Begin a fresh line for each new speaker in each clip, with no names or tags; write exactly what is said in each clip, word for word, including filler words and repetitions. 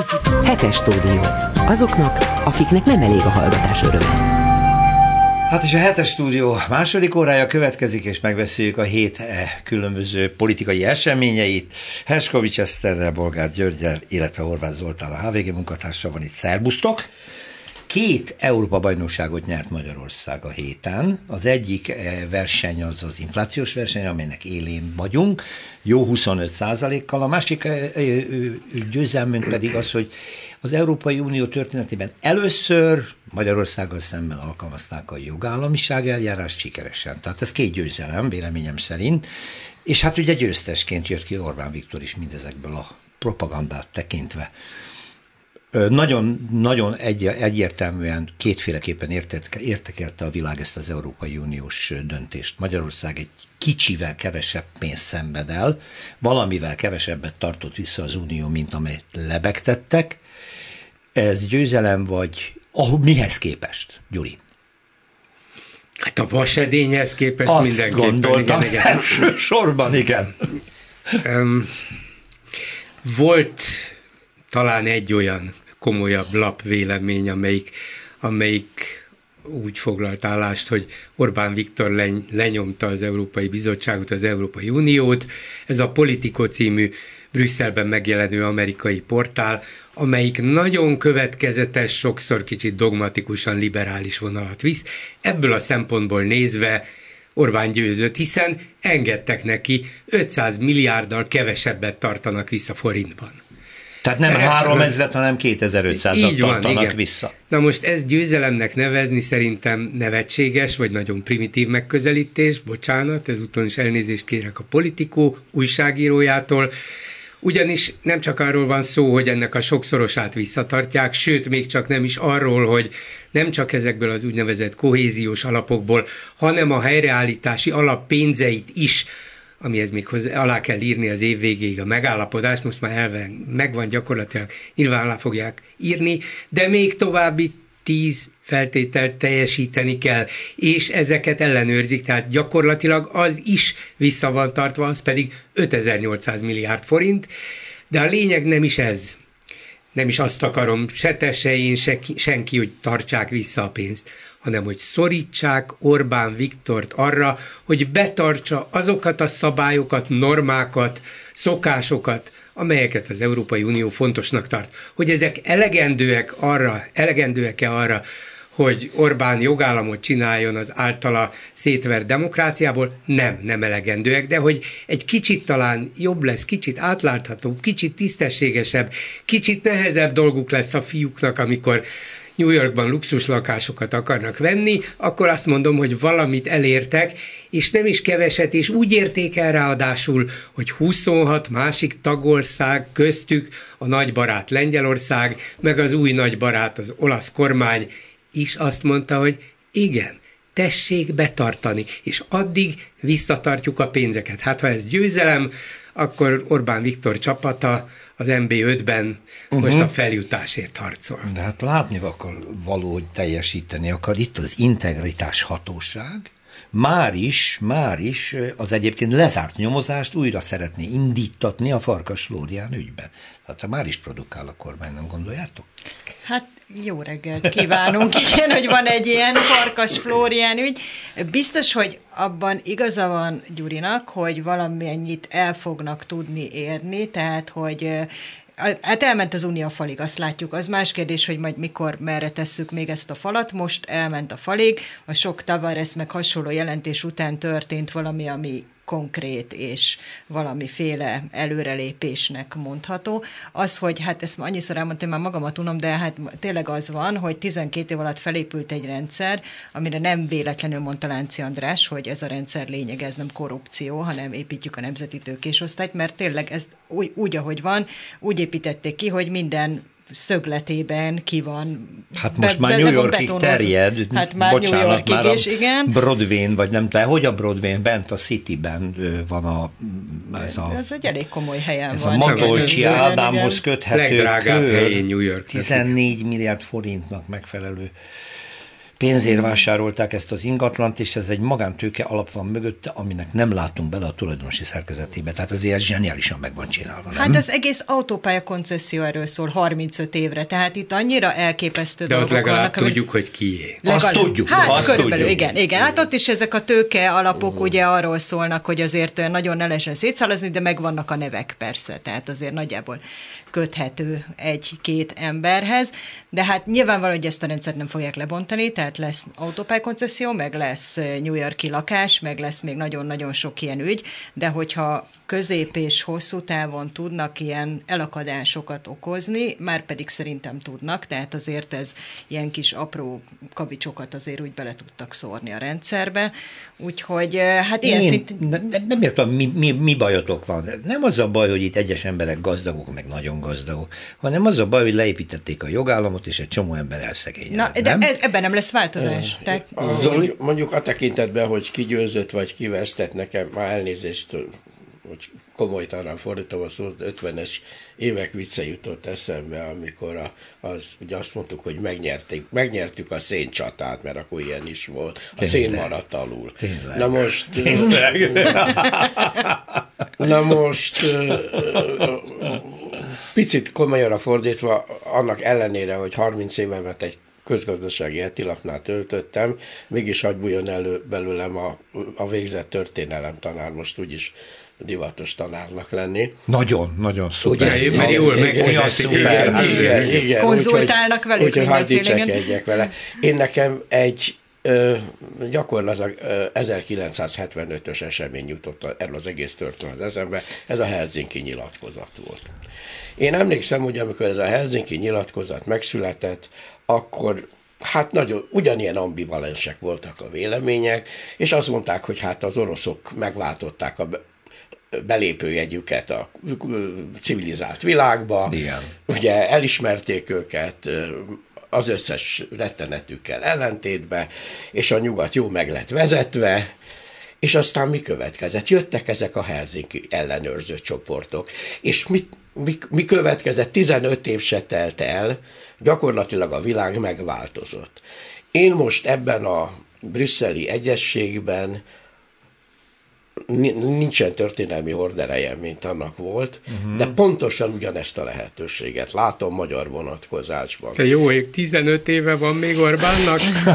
Hetes stúdió. Azoknak, akiknek nem elég a hallgatás öröme.
Hát és a hetes stúdió második órája következik, és megbeszéljük a hét különböző politikai eseményeit. Herskovics Eszterrel, Bolgár Györgyel, illetve Horváth Zoltán, a há vé gé munkatársa van itt. Szerbusztok! Két Európa-bajnokságot nyert Magyarország a héten. Az egyik verseny az az inflációs verseny, amelynek élén vagyunk, jó huszonöt százalékkal. A másik győzelmünk pedig az, hogy az Európai Unió történetében először Magyarországgal szemben alkalmazták a jogállamiság eljárást sikeresen. Tehát ez két győzelem, véleményem szerint. És hát ugye győztesként jött ki Orbán Viktor is mindezekből a propagandát tekintve. Nagyon, nagyon egy, egyértelműen kétféleképpen értékelte a világ ezt az Európai Uniós döntést. Magyarország egy kicsivel kevesebb pénzt szenved el, valamivel kevesebbet tartott vissza az Unió, mint amelyet lebegtettek. Ez győzelem vagy ah, mihez képest, Gyuri?
Hát a vasedényhez képest
azt
mindenképpen.
Gondoltam,
igen, igen.
első sorban, igen.
Um, volt talán egy olyan komolyabb lapvélemény, amelyik, amelyik úgy foglalt állást, hogy Orbán Viktor len, lenyomta az Európai Bizottságot, az Európai Uniót. Ez a Politico című Brüsszelben megjelenő amerikai portál, amelyik nagyon következetes, sokszor kicsit dogmatikusan liberális vonalat visz. Ebből a szempontból nézve Orbán győzött, hiszen engedtek neki ötszáz milliárddal kevesebbet tartanak vissza forintban.
Tehát nem háromezret, hanem kétezer-ötszázat tartanak
igen.
vissza.
Na most ezt győzelemnek nevezni szerintem nevetséges, vagy nagyon primitív megközelítés, bocsánat, ezúton is elnézést kérek a Politico újságírójától, ugyanis nem csak arról van szó, hogy ennek a sokszorosát visszatartják, sőt, még csak nem is arról, hogy nem csak ezekből az úgynevezett kohéziós alapokból, hanem a helyreállítási alap pénzeit is, amihez még hozzá, alá kell írni az év végéig a megállapodást, most már elven megvan gyakorlatilag, nyilván alá fogják írni, de még további tíz feltételt teljesíteni kell, és ezeket ellenőrzik, tehát gyakorlatilag az is vissza van tartva, az pedig ötezer-nyolcszáz milliárd forint, de a lényeg nem is ez. Nem is azt akarom, se te, se én, se senki, hogy tartsák vissza a pénzt, hanem hogy szorítsák Orbán Viktort arra, hogy betartsa azokat a szabályokat, normákat, szokásokat, amelyeket az Európai Unió fontosnak tart. Hogy ezek elegendőek arra, elegendőek-e arra, hogy Orbán jogállamot csináljon az általa szétvert demokráciából, nem, nem elegendőek, de hogy egy kicsit talán jobb lesz, kicsit átláthatóbb, kicsit tisztességesebb, kicsit nehezebb dolguk lesz a fiúknak, amikor New Yorkban luxuslakásokat akarnak venni, akkor azt mondom, hogy valamit elértek, és nem is keveset, és úgy érték el ráadásul, hogy huszonhat másik tagország, köztük a nagybarát Lengyelország, meg az új nagybarát, az olasz kormány is azt mondta, hogy igen, tessék betartani, és addig visszatartjuk a pénzeket. Hát ha ez győzelem, akkor Orbán Viktor csapata az em bé ötben uh-huh. most a feljutásért harcol.
De hát látni akar való, hogy teljesíteni akar. Itt az integritás hatóság már is, már is az egyébként lezárt nyomozást újra szeretné indítatni a Farkas Flórián ügyben. Tehát már is produkál a kormány, nem gondoljátok?
Hát jó reggelt kívánunk, igen, hogy van egy ilyen Farkas Flórián ügy. Biztos, hogy abban igaza van Gyurinak, hogy valamennyit el fognak tudni érni, tehát, hogy hát elment az Unió falig, azt látjuk. Az más kérdés, hogy majd mikor, merre tesszük még ezt a falat. Most elment a falig, a sok Tavares meg hasonló jelentés után történt valami, ami konkrét és valamiféle előrelépésnek mondható. Az, hogy hát ezt annyiszor elmondtam, már magamat unom, de hát tényleg az van, hogy tizenkét év alatt felépült egy rendszer, amire nem véletlenül mondta Lánci András, hogy ez a rendszer lényeg, ez nem korrupció, hanem építjük a nemzeti tőkésosztályt, mert tényleg ez úgy, úgy, ahogy van, úgy építették ki, hogy minden szögletében ki van.
Hát most be, már New Yorkig terjed,
hát már
bocsánat,
New Yorkig
már
is, igen.
Broadway-n, vagy nem, de hogy a Broadway-n, bent a Cityben van a... Ez, a,
ez egy elég komoly helyen
ez
van.
Ez a Magolcsi Ádámhoz köthető
legdrágább
kör,
helyén New York.
tizennégy milliárd forintnak megfelelő pénzért vásárolták ezt az ingatlant, és ez egy magántőke alap van mögötte, aminek nem látunk bele a tulajdonosi szerkezetébe. Tehát azért ez zseniálisan meg van csinálva. Nem?
Hát az egész autópálya koncesszió erről szól harmincöt évre, tehát itt annyira elképesztő
de
dolgok
legalább
vannak.
legalább tudjuk, hogy kié.
Legalább, azt tudjuk.
Hát
azt
körülbelül,
tudjuk.
igen, igen. Hát ott is ezek a tőke alapok uh. ugye arról szólnak, hogy azért nagyon ne lehessen szétszállazni, de megvannak a nevek persze, tehát azért nagyjából köthető egy-két emberhez, de hát nyilvánvaló, hogy ezt a rendszert nem fogják lebontani, tehát lesz autópálykoncesszió, meg lesz New York-i lakás, meg lesz még nagyon-nagyon sok ilyen ügy, de hogyha közép és hosszú távon tudnak ilyen elakadásokat okozni, már pedig szerintem tudnak, tehát azért ez ilyen kis apró kavicsokat azért úgy bele tudtak szórni a rendszerbe, úgyhogy hát ilyen
Én
szint...
nem, nem értem, mi, mi, mi bajotok van. Nem az a baj, hogy itt egyes emberek gazdagok, meg nagyon gazdagok, hanem az a baj, hogy leépítették a jogállamot, és egy csomó ember elszegényedett.
Na, de ez, ebben nem lesz változás. Tehát...
A, mondjuk, mondjuk a tekintetben, hogy ki győzött, vagy ki vesztett, nekem már elnézést, hogy komolytalan fordítom a szót, ötvenes évek vicce jutott eszembe, amikor a, az, ugye azt mondtuk, hogy megnyertük, megnyertük a széncsatát, mert akkor ilyen is volt. A
Tényleg.
szén maradt alul.
Tényleg.
Na most... Na most... Picit komolyan fordítva, annak ellenére, hogy harminc évemet egy közgazdasági hetilapnál töltöttem, mégis hagy bújjon elő belőlem a, a végzett történelem tanár, most úgyis divatos tanárnak lenni.
Nagyon, nagyon szuper.
Ugye, mert jól megfizetik őket.
Igen, igen.
Konzultálnak velük
úgyhogy hadd
mindenféle.
dicsekedjek vele. Én nekem egy ö, gyakorlatilag ö, ezerkilencszázhetvenötös esemény jutott erről az egész történet eszembe, ez a Helsinki nyilatkozat volt. Én emlékszem, hogy amikor ez a Helsinki nyilatkozat megszületett, akkor hát nagyon, ugyanilyen ambivalensek voltak a vélemények, és azt mondták, hogy hát az oroszok megváltották a belépőjegyüket a civilizált világba.
Igen.
Ugye elismerték őket az összes rettenetükkel ellentétbe, és a nyugat jó meg lett vezetve, és aztán mi következett? Jöttek ezek a Helsinki ellenőrző csoportok, és mit, mi, mi következett? tizenöt év se telt el, gyakorlatilag a világ megváltozott. Én most ebben a brüsszeli egyezségben nincsen történelmi horderejem, mint annak volt, uh-huh. de pontosan ugyanezt a lehetőséget látom magyar vonatkozásban.
Te jó ég, tizenöt éve van még Orbánnak?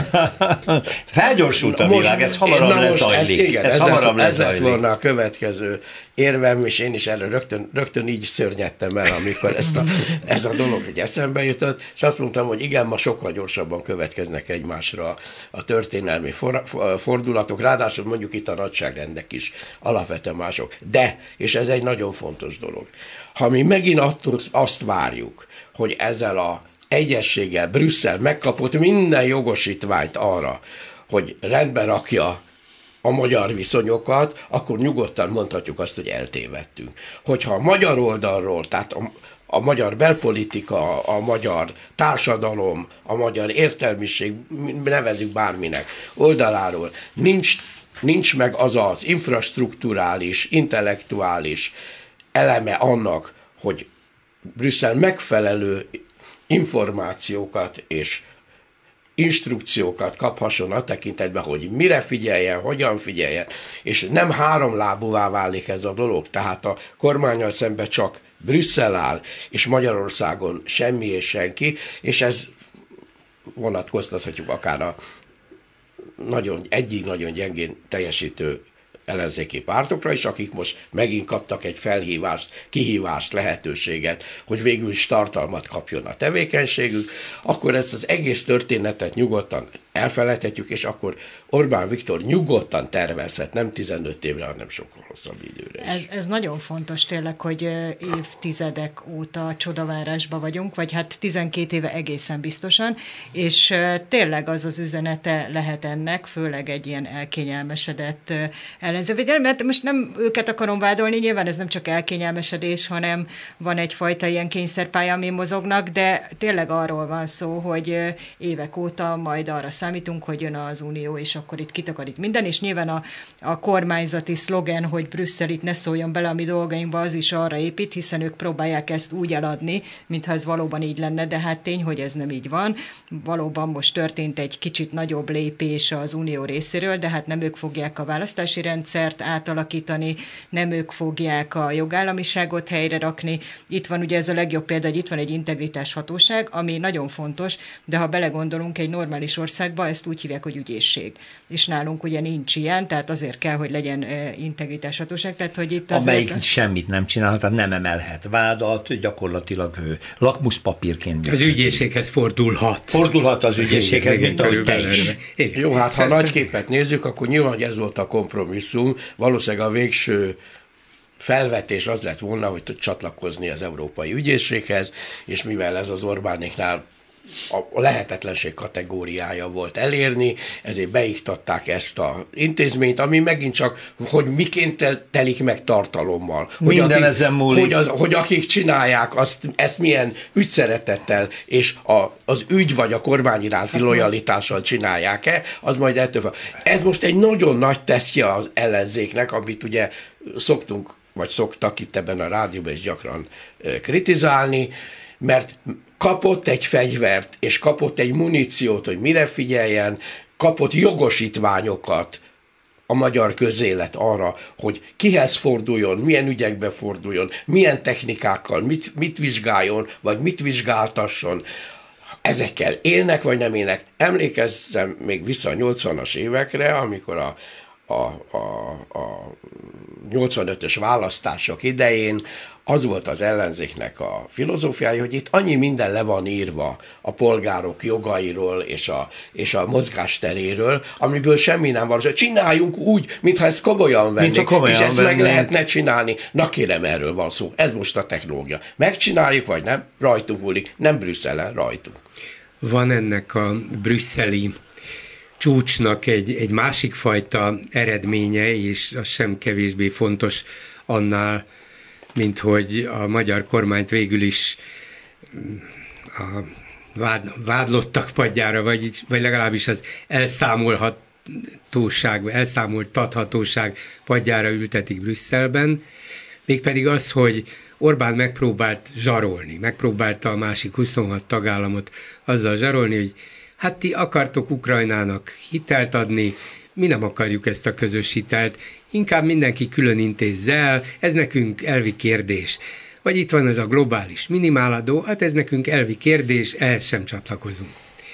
Felgyorsult a világ, ez hamarabb lezajlik. Ez, igen, ez, ez hamarabb
lett, ez lett
lezajlik.
volna a következő érvem, és én is erre rögtön, rögtön így szörnyedtem el, amikor ezt a, ez a dolog egy eszembe jutott, és azt mondtam, hogy igen, ma sokkal gyorsabban következnek egymásra a, a történelmi for, fordulatok, ráadásul mondjuk itt a nagyságrendek is alapvetően mások. De, és ez egy nagyon fontos dolog, ha mi megint attól azt várjuk, hogy ezzel a egyességgel Brüsszel megkapott minden jogosítványt arra, hogy rendbe rakja a magyar viszonyokat, akkor nyugodtan mondhatjuk azt, hogy eltévedtünk. Hogyha a magyar oldalról, tehát a, a magyar belpolitika, a magyar társadalom, a magyar értelmiség, nevezzük bárminek, oldaláról nincs, nincs meg az az infrastrukturális, intellektuális eleme annak, hogy Brüsszel megfelelő információkat és instrukciókat kaphasson a tekintetben, hogy mire figyeljen, hogyan figyeljen, és nem háromlábúvá válik ez a dolog, tehát a kormánnyal szemben csak Brüsszel áll, és Magyarországon semmi és senki, és ez vonatkoztathatjuk akár a nagyon, egyik nagyon gyengén teljesítő ellenzéki pártokra is, akik most megint kaptak egy felhívást, kihívást, lehetőséget, hogy végül is tartalmat kapjon a tevékenységük, akkor ezt az egész történetet nyugodtan elfelejthetjük, és akkor Orbán Viktor nyugodtan tervezhet, nem tizenöt évre, hanem sokkal hosszabb időre is.
Ez, ez nagyon fontos tényleg, hogy évtizedek óta csodavárásban vagyunk, vagy hát tizenkét éve egészen biztosan, és tényleg az az üzenete lehet ennek, főleg egy ilyen elkényelmesedett ellenzővédelem, mert most nem őket akarom vádolni, nyilván ez nem csak elkényelmesedés, hanem van egyfajta ilyen kényszerpálya, amin mozognak, de tényleg arról van szó, hogy évek óta majd arra számítunk, hogy jön az Unió, és akkor itt kitakarít minden, és nyilván a, a kormányzati szlogen, hogy Brüsszel itt ne szóljon bele a mi dolgainkba, az is arra épít, hiszen ők próbálják ezt úgy eladni, mintha ez valóban így lenne, de hát tény, hogy ez nem így van. Valóban most történt egy kicsit nagyobb lépés az Unió részéről, de hát nem ők fogják a választási rendszert átalakítani, nem ők fogják a jogállamiságot helyre rakni. Itt van ugye ez a legjobb példa, hogy itt van egy integritás hatóság, ami nagyon fontos, de ha belegondolunk egy normális országba, ezt úgy hívják, hogy ügyészség. És nálunk ugye nincs ilyen, tehát azért kell, hogy legyen integritás hatóság. Tehát, hogy itt
amelyik
azért...
semmit nem csinálhat, tehát nem emelhet vádat, gyakorlatilag lakmuszpapírként.
Az ügyészséghez fordulhat.
Fordulhat az ügyészséghez, mint ahogy te is.
Jó, hát ha nagy képet nézzük, akkor nyilván, hogy ez volt a kompromisszum, valószínűleg a végső felvetés az lett volna, hogy tud csatlakozni az Európai Ügyészséghez, és mivel ez az Orbánéknál a lehetetlenség kategóriája volt elérni, ezért beiktatták ezt az intézményt, ami megint csak, hogy miként telik meg tartalommal. Hogy
Minden
akik,
ezen múlik.
Hogy, az, hogy akik csinálják, azt, ezt milyen ügyszeretettel és a, az ügy vagy a kormány iránti lojalitással csinálják-e, az majd ettől fel. Ez most egy nagyon nagy tesztje az ellenzéknek, amit ugye szoktunk, vagy szoktak itt ebben a rádióban is gyakran kritizálni, mert kapott egy fegyvert, és kapott egy muníciót, hogy mire figyeljen, kapott jogosítványokat a magyar közélet arra, hogy kihez forduljon, milyen ügyekbe forduljon, milyen technikákkal, mit, mit vizsgáljon, vagy mit vizsgáltasson. Ezekkel élnek, vagy nem élnek. Emlékezzem még vissza a nyolcvanas évekre, amikor a a, a, a nyolcvanötös választások idején az volt az ellenzéknek a filozófiája, hogy itt annyi minden le van írva a polgárok jogairól és a, és a mozgásteréről, amiből semmi nem van. Csináljunk úgy, mintha ezt komolyan vennék, komolyan és ezt vennék. Meg lehetne csinálni. Na kérem, erről van szó. Ez most a technológia. Megcsináljuk, vagy nem? Rajtunk múlik. Nem Brüsszelen, rajtunk.
Van ennek a brüsszeli csúcsnak egy, egy másik fajta eredménye, és az sem kevésbé fontos annál, mint hogy a magyar kormányt végül is a vád, vádlottak padjára, vagy, vagy legalábbis az elszámolhatóság, elszámoltathatóság padjára ültetik Brüsszelben, mégpedig az, hogy Orbán megpróbált zsarolni, megpróbálta a másik huszonhat tagállamot azzal zsarolni, hogy hát ti akartok Ukrajnának hitelt adni, mi nem akarjuk ezt a közös hitelt, inkább mindenki külön intézze el, ez nekünk elvi kérdés. Vagy itt van ez a globális minimáladó, hát ez nekünk elvi kérdés, ehhez sem csatlakozunk.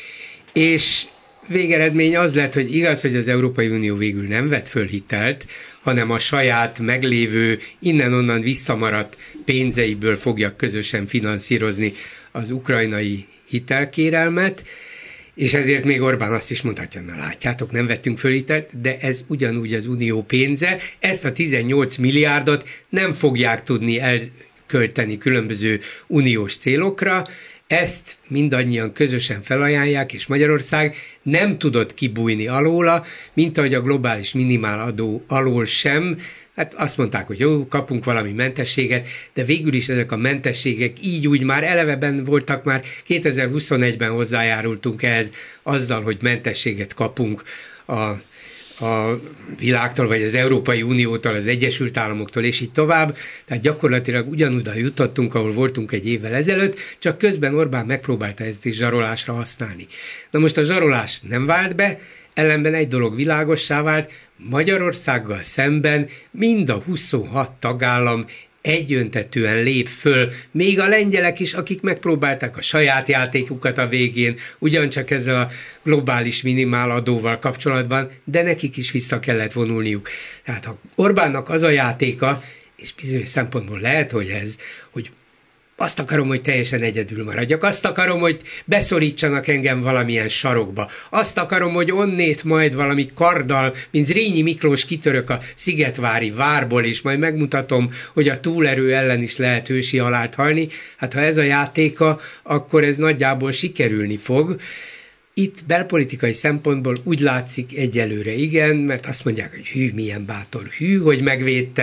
És végeredmény az lett, hogy igaz, hogy az Európai Unió végül nem vett föl hitelt, hanem a saját meglévő, innen-onnan visszamaradt pénzeiből fogja közösen finanszírozni az ukrajnai hitelkérelmet, és ezért még Orbán azt is mondhatja, na látjátok, nem vettünk föl hitelt, de ez ugyanúgy az unió pénze, ezt a tizennyolc milliárdot nem fogják tudni elkölteni különböző uniós célokra, ezt mindannyian közösen felajánlják, és Magyarország nem tudott kibújni alóla, mint ahogy a globális minimáladó alól sem. Hát azt mondták, hogy jó, kapunk valami mentességet, de végül is ezek a mentességek így úgy már eleveben voltak, már kétezer-huszonegyben hozzájárultunk ehhez azzal, hogy mentességet kapunk a a világtól, vagy az Európai Uniótól, az Egyesült Államoktól, és így tovább. Tehát gyakorlatilag ugyanoda jutottunk, ahol voltunk egy évvel ezelőtt, csak közben Orbán megpróbálta ezt is zsarolásra használni. Na most a zsarolás nem vált be, ellenben egy dolog világossá vált, Magyarországgal szemben mind a huszonhat tagállam egyöntetűen lép föl, még a lengyelek is, akik megpróbálták a saját játékukat a végén, ugyancsak ezzel a globális minimáladóval kapcsolatban, de nekik is vissza kellett vonulniuk. Tehát ha Orbánnak az a játéka, és bizonyos szempontból lehet, hogy ez, hogy azt akarom, hogy teljesen egyedül maradjak. Azt akarom, hogy beszorítsanak engem valamilyen sarokba. Azt akarom, hogy onnét majd valami karddal, mint Zrínyi Miklós kitörök a szigetvári várból, és majd megmutatom, hogy a túlerő ellen is lehet hősi halált halni. Hát ha ez a játéka, akkor ez nagyjából sikerülni fog. Itt belpolitikai szempontból úgy látszik egyelőre igen, mert azt mondják, hogy hű, milyen bátor, hű, hogy megvédte,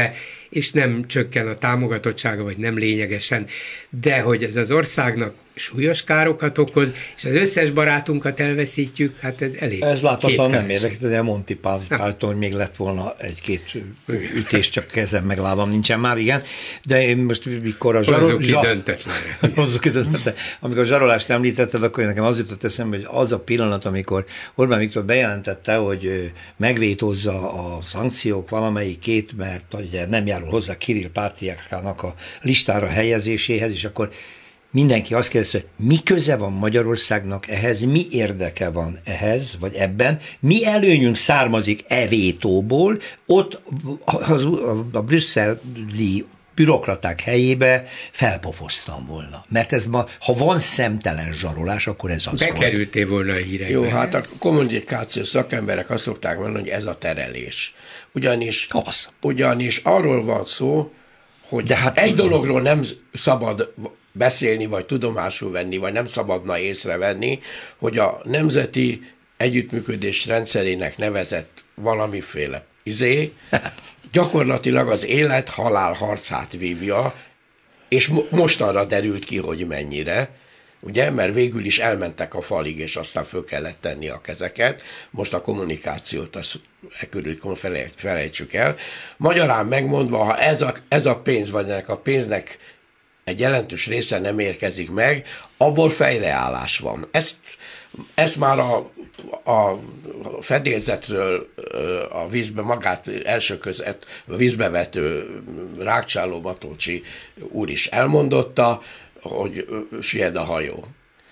és nem csökken a támogatottsága, vagy nem lényegesen, de hogy ez az országnak súlyos károkat okoz, és az összes barátunkat elveszítjük, hát ez elég
Ez láthatóan nem
képtelenség.
érdekes, de Monty Python, hogy még lett volna egy-két ütés, csak kezem meg lábam nincsen már, igen. De én most, mikor a zsarol...
Hozzuk ki döntetlenre.
Hozzuk ki döntetlenre. Amikor a zsarolást említetted, akkor nekem az jutott eszembe, hogy az a pillanat, amikor Orbán Viktor bejelentette, hogy megvétózza a szankciók valamelyikét, mert ugye nem járul hozzá Kirill Pártiákának a listára helyezéséhez, és akkor mindenki azt kérdezte, hogy mi köze van Magyarországnak ehhez, mi érdeke van ehhez, vagy ebben, mi előnyünk származik e vétóból, ott az, a, a brüsszeli bürokraták helyébe felpofoztam volna. Mert ez ma, ha van szemtelen zsarolás, akkor ez az.
Bekerültél volna a hírekbe.
Jó, hát a kommunikációs szakemberek azt szokták mondani, hogy ez a terelés. Ugyanis,
az.
ugyanis arról van szó, hogy de hát egy dologról nem szabad beszélni, vagy tudomásul venni, vagy nem szabadna észrevenni, hogy a nemzeti együttműködés rendszerének nevezett valamiféle izé, gyakorlatilag az élet-halál harcát vívja, és mo- mostanra derült ki, hogy mennyire, ugye, mert végül is elmentek a falig, és aztán föl kellett tenni a kezeket, most a kommunikációt azt e körül felejtsük el. Magyarán megmondva, ha ez a, ez a pénz, vagy ennek a pénznek egy jelentős része nem érkezik meg, abból fejreállás van. Ezt, ezt már a, a fedélzetről a vízbe magát első között a vízbe vető Rákcsáló Matolcsi úr is elmondotta, hogy süllyed a hajó.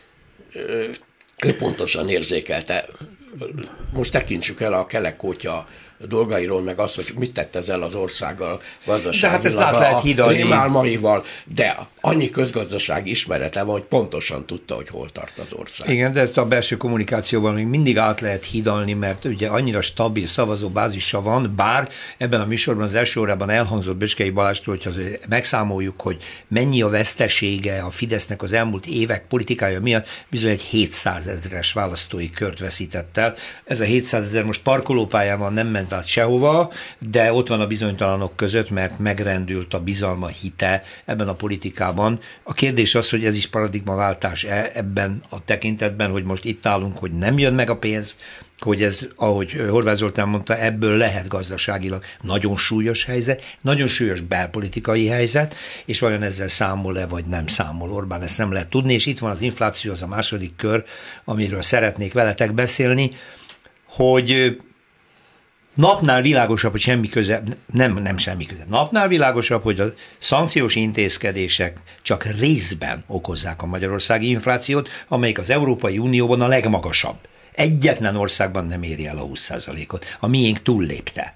Ő pontosan érzékelte. Most tekintsük el a Kelek-Kótya dolgairól, meg az, hogy mit tett ezzel az országgal gazdaságilag,
de hát ezt át lehet hidalni.
rémálmaival, de annyi közgazdasági ismerete van, hogy pontosan tudta, hogy hol tart az ország.
Igen, de ezt a belső kommunikációval még mindig át lehet hidalni, mert ugye annyira stabil szavazóbázisa van, bár ebben a műsorban az első órában elhangzott Böskei Balástól, hogy az, megszámoljuk, hogy mennyi a vesztesége a Fidesznek az elmúlt évek politikája miatt, bizony egy hétszázezres választói kört veszített el. Ez a hétszázezer most parkolópályán nem ment át sehova, de ott van a bizonytalanok között, mert megrendült a bizalma hite ebben a politikában. A kérdés az, hogy ez is paradigmaváltás-e ebben a tekintetben, hogy most itt állunk, hogy nem jön meg a pénz, hogy ez, ahogy Horváth Zoltán mondta, ebből lehet gazdaságilag nagyon súlyos helyzet, nagyon súlyos belpolitikai helyzet, és vajon ezzel számol-e, vagy nem számol Orbán, ezt nem lehet tudni, és itt van az infláció, az a második kör, amiről szeretnék veletek beszélni, hogy napnál világosabb, hogy semmi köze, nem, nem semmi köze, napnál világosabb, hogy a szankciós intézkedések csak részben okozzák a magyarországi inflációt, amelyik az Európai Unióban a legmagasabb. Egyetlen országban nem éri el a húsz százalékot. A miénk túllépte.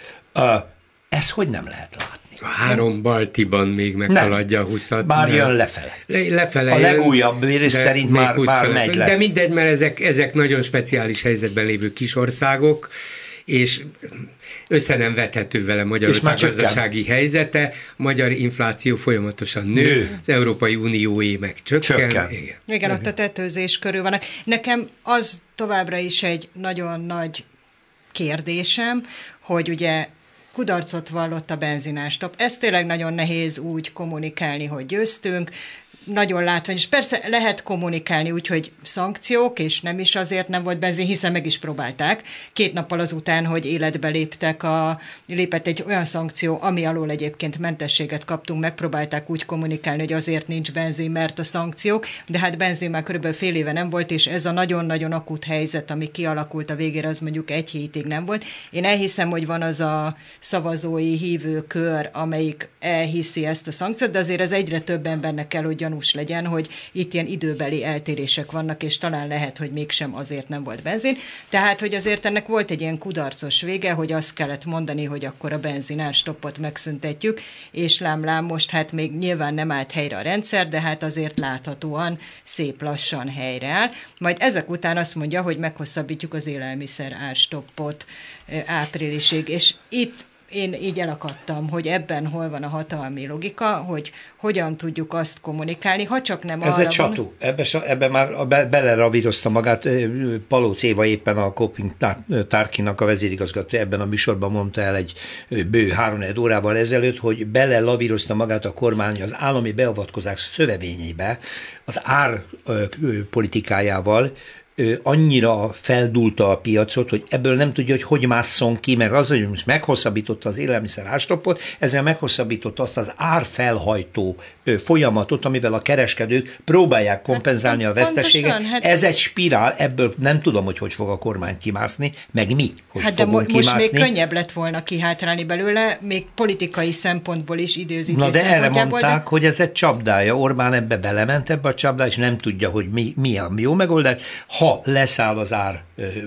Ez hogy nem lehet látni?
A három baltiban még meghaladja a húszat.
Bár jön lefele.
Le, lefele
a
jön,
legújabb mérés szerint már, már megy le.
De mindegy, mert ezek, ezek nagyon speciális helyzetben lévő kis országok, és össze nem vethető vele Magyarország gazdasági helyzete, a magyar infláció folyamatosan nő, nő. Az Európai Unióé meg csökken. csökken.
Igen. Igen, ott a tetőzés körül vannak. Nekem az továbbra is egy nagyon nagy kérdésem, hogy ugye kudarcot vallott a benzinástop. Ez tényleg nagyon nehéz úgy kommunikálni, hogy győztünk, nagyon látványos. És persze lehet kommunikálni úgy, hogy szankciók, és nem is azért nem volt benzin, hiszen meg is próbálták. Két nappal azután, hogy életbe léptek a, lépett egy olyan szankció, ami alól egyébként mentességet kaptunk, megpróbálták úgy kommunikálni, hogy azért nincs benzin, mert a szankciók, de hát benzin már körülbelül fél éve nem volt, és ez a nagyon-nagyon akut helyzet, ami kialakult a végére, az mondjuk egy hétig nem volt. Én elhiszem, hogy van az a szavazói hívő kör, amelyik elhiszi ezt a szankciót, de azért ez egyre több embernek kell, hogy legyen, hogy itt ilyen időbeli eltérések vannak, és talán lehet, hogy mégsem azért nem volt benzin. Tehát, hogy azért ennek volt egy ilyen kudarcos vége, hogy azt kellett mondani, hogy akkor a benzinárstoppot megszüntetjük, és lám-lám most hát még nyilván nem állt helyre a rendszer, de hát azért láthatóan szép lassan helyreáll. Majd ezek után azt mondja, hogy meghosszabbítjuk az élelmiszer árstoppot áprilisig, és itt én így elakadtam, hogy ebben hol van a hatalmi logika, hogy hogyan tudjuk azt kommunikálni, ha csak nem
Ez
arra
egy csatú. Ebbe, ebbe már be, beleravírozta magát. Palóc Éva éppen a Koping Tárkinak a vezérigazgató ebben a műsorban mondta el egy bő három órával ezelőtt, hogy belelavírozta magát a kormány az állami beavatkozás szövevényébe, az ár politikájával, annyira feldúlta a piacot, hogy ebből nem tudja, hogy hogy másszon ki, mert az, hogy most meghosszabbította az élelmiszer árstoppot, ezzel meghosszabbította azt az árfelhajtó folyamatot, amivel a kereskedők próbálják kompenzálni hát, a veszteséget. Pontosan, hát, ez egy spirál, ebből nem tudom, hogy hogy fog a kormány kimászni, meg mi, hogy
hát de mo-
kimászni.
most még könnyebb lett volna kihátrálni belőle, még politikai szempontból is időzítés.
Na de erre mondták, de... hogy ez egy csapdája. Orbán ebbe belement ebbe a csapdába, és nem tudja, hogy mi, mi a jó megoldás. Ha leszáll az ár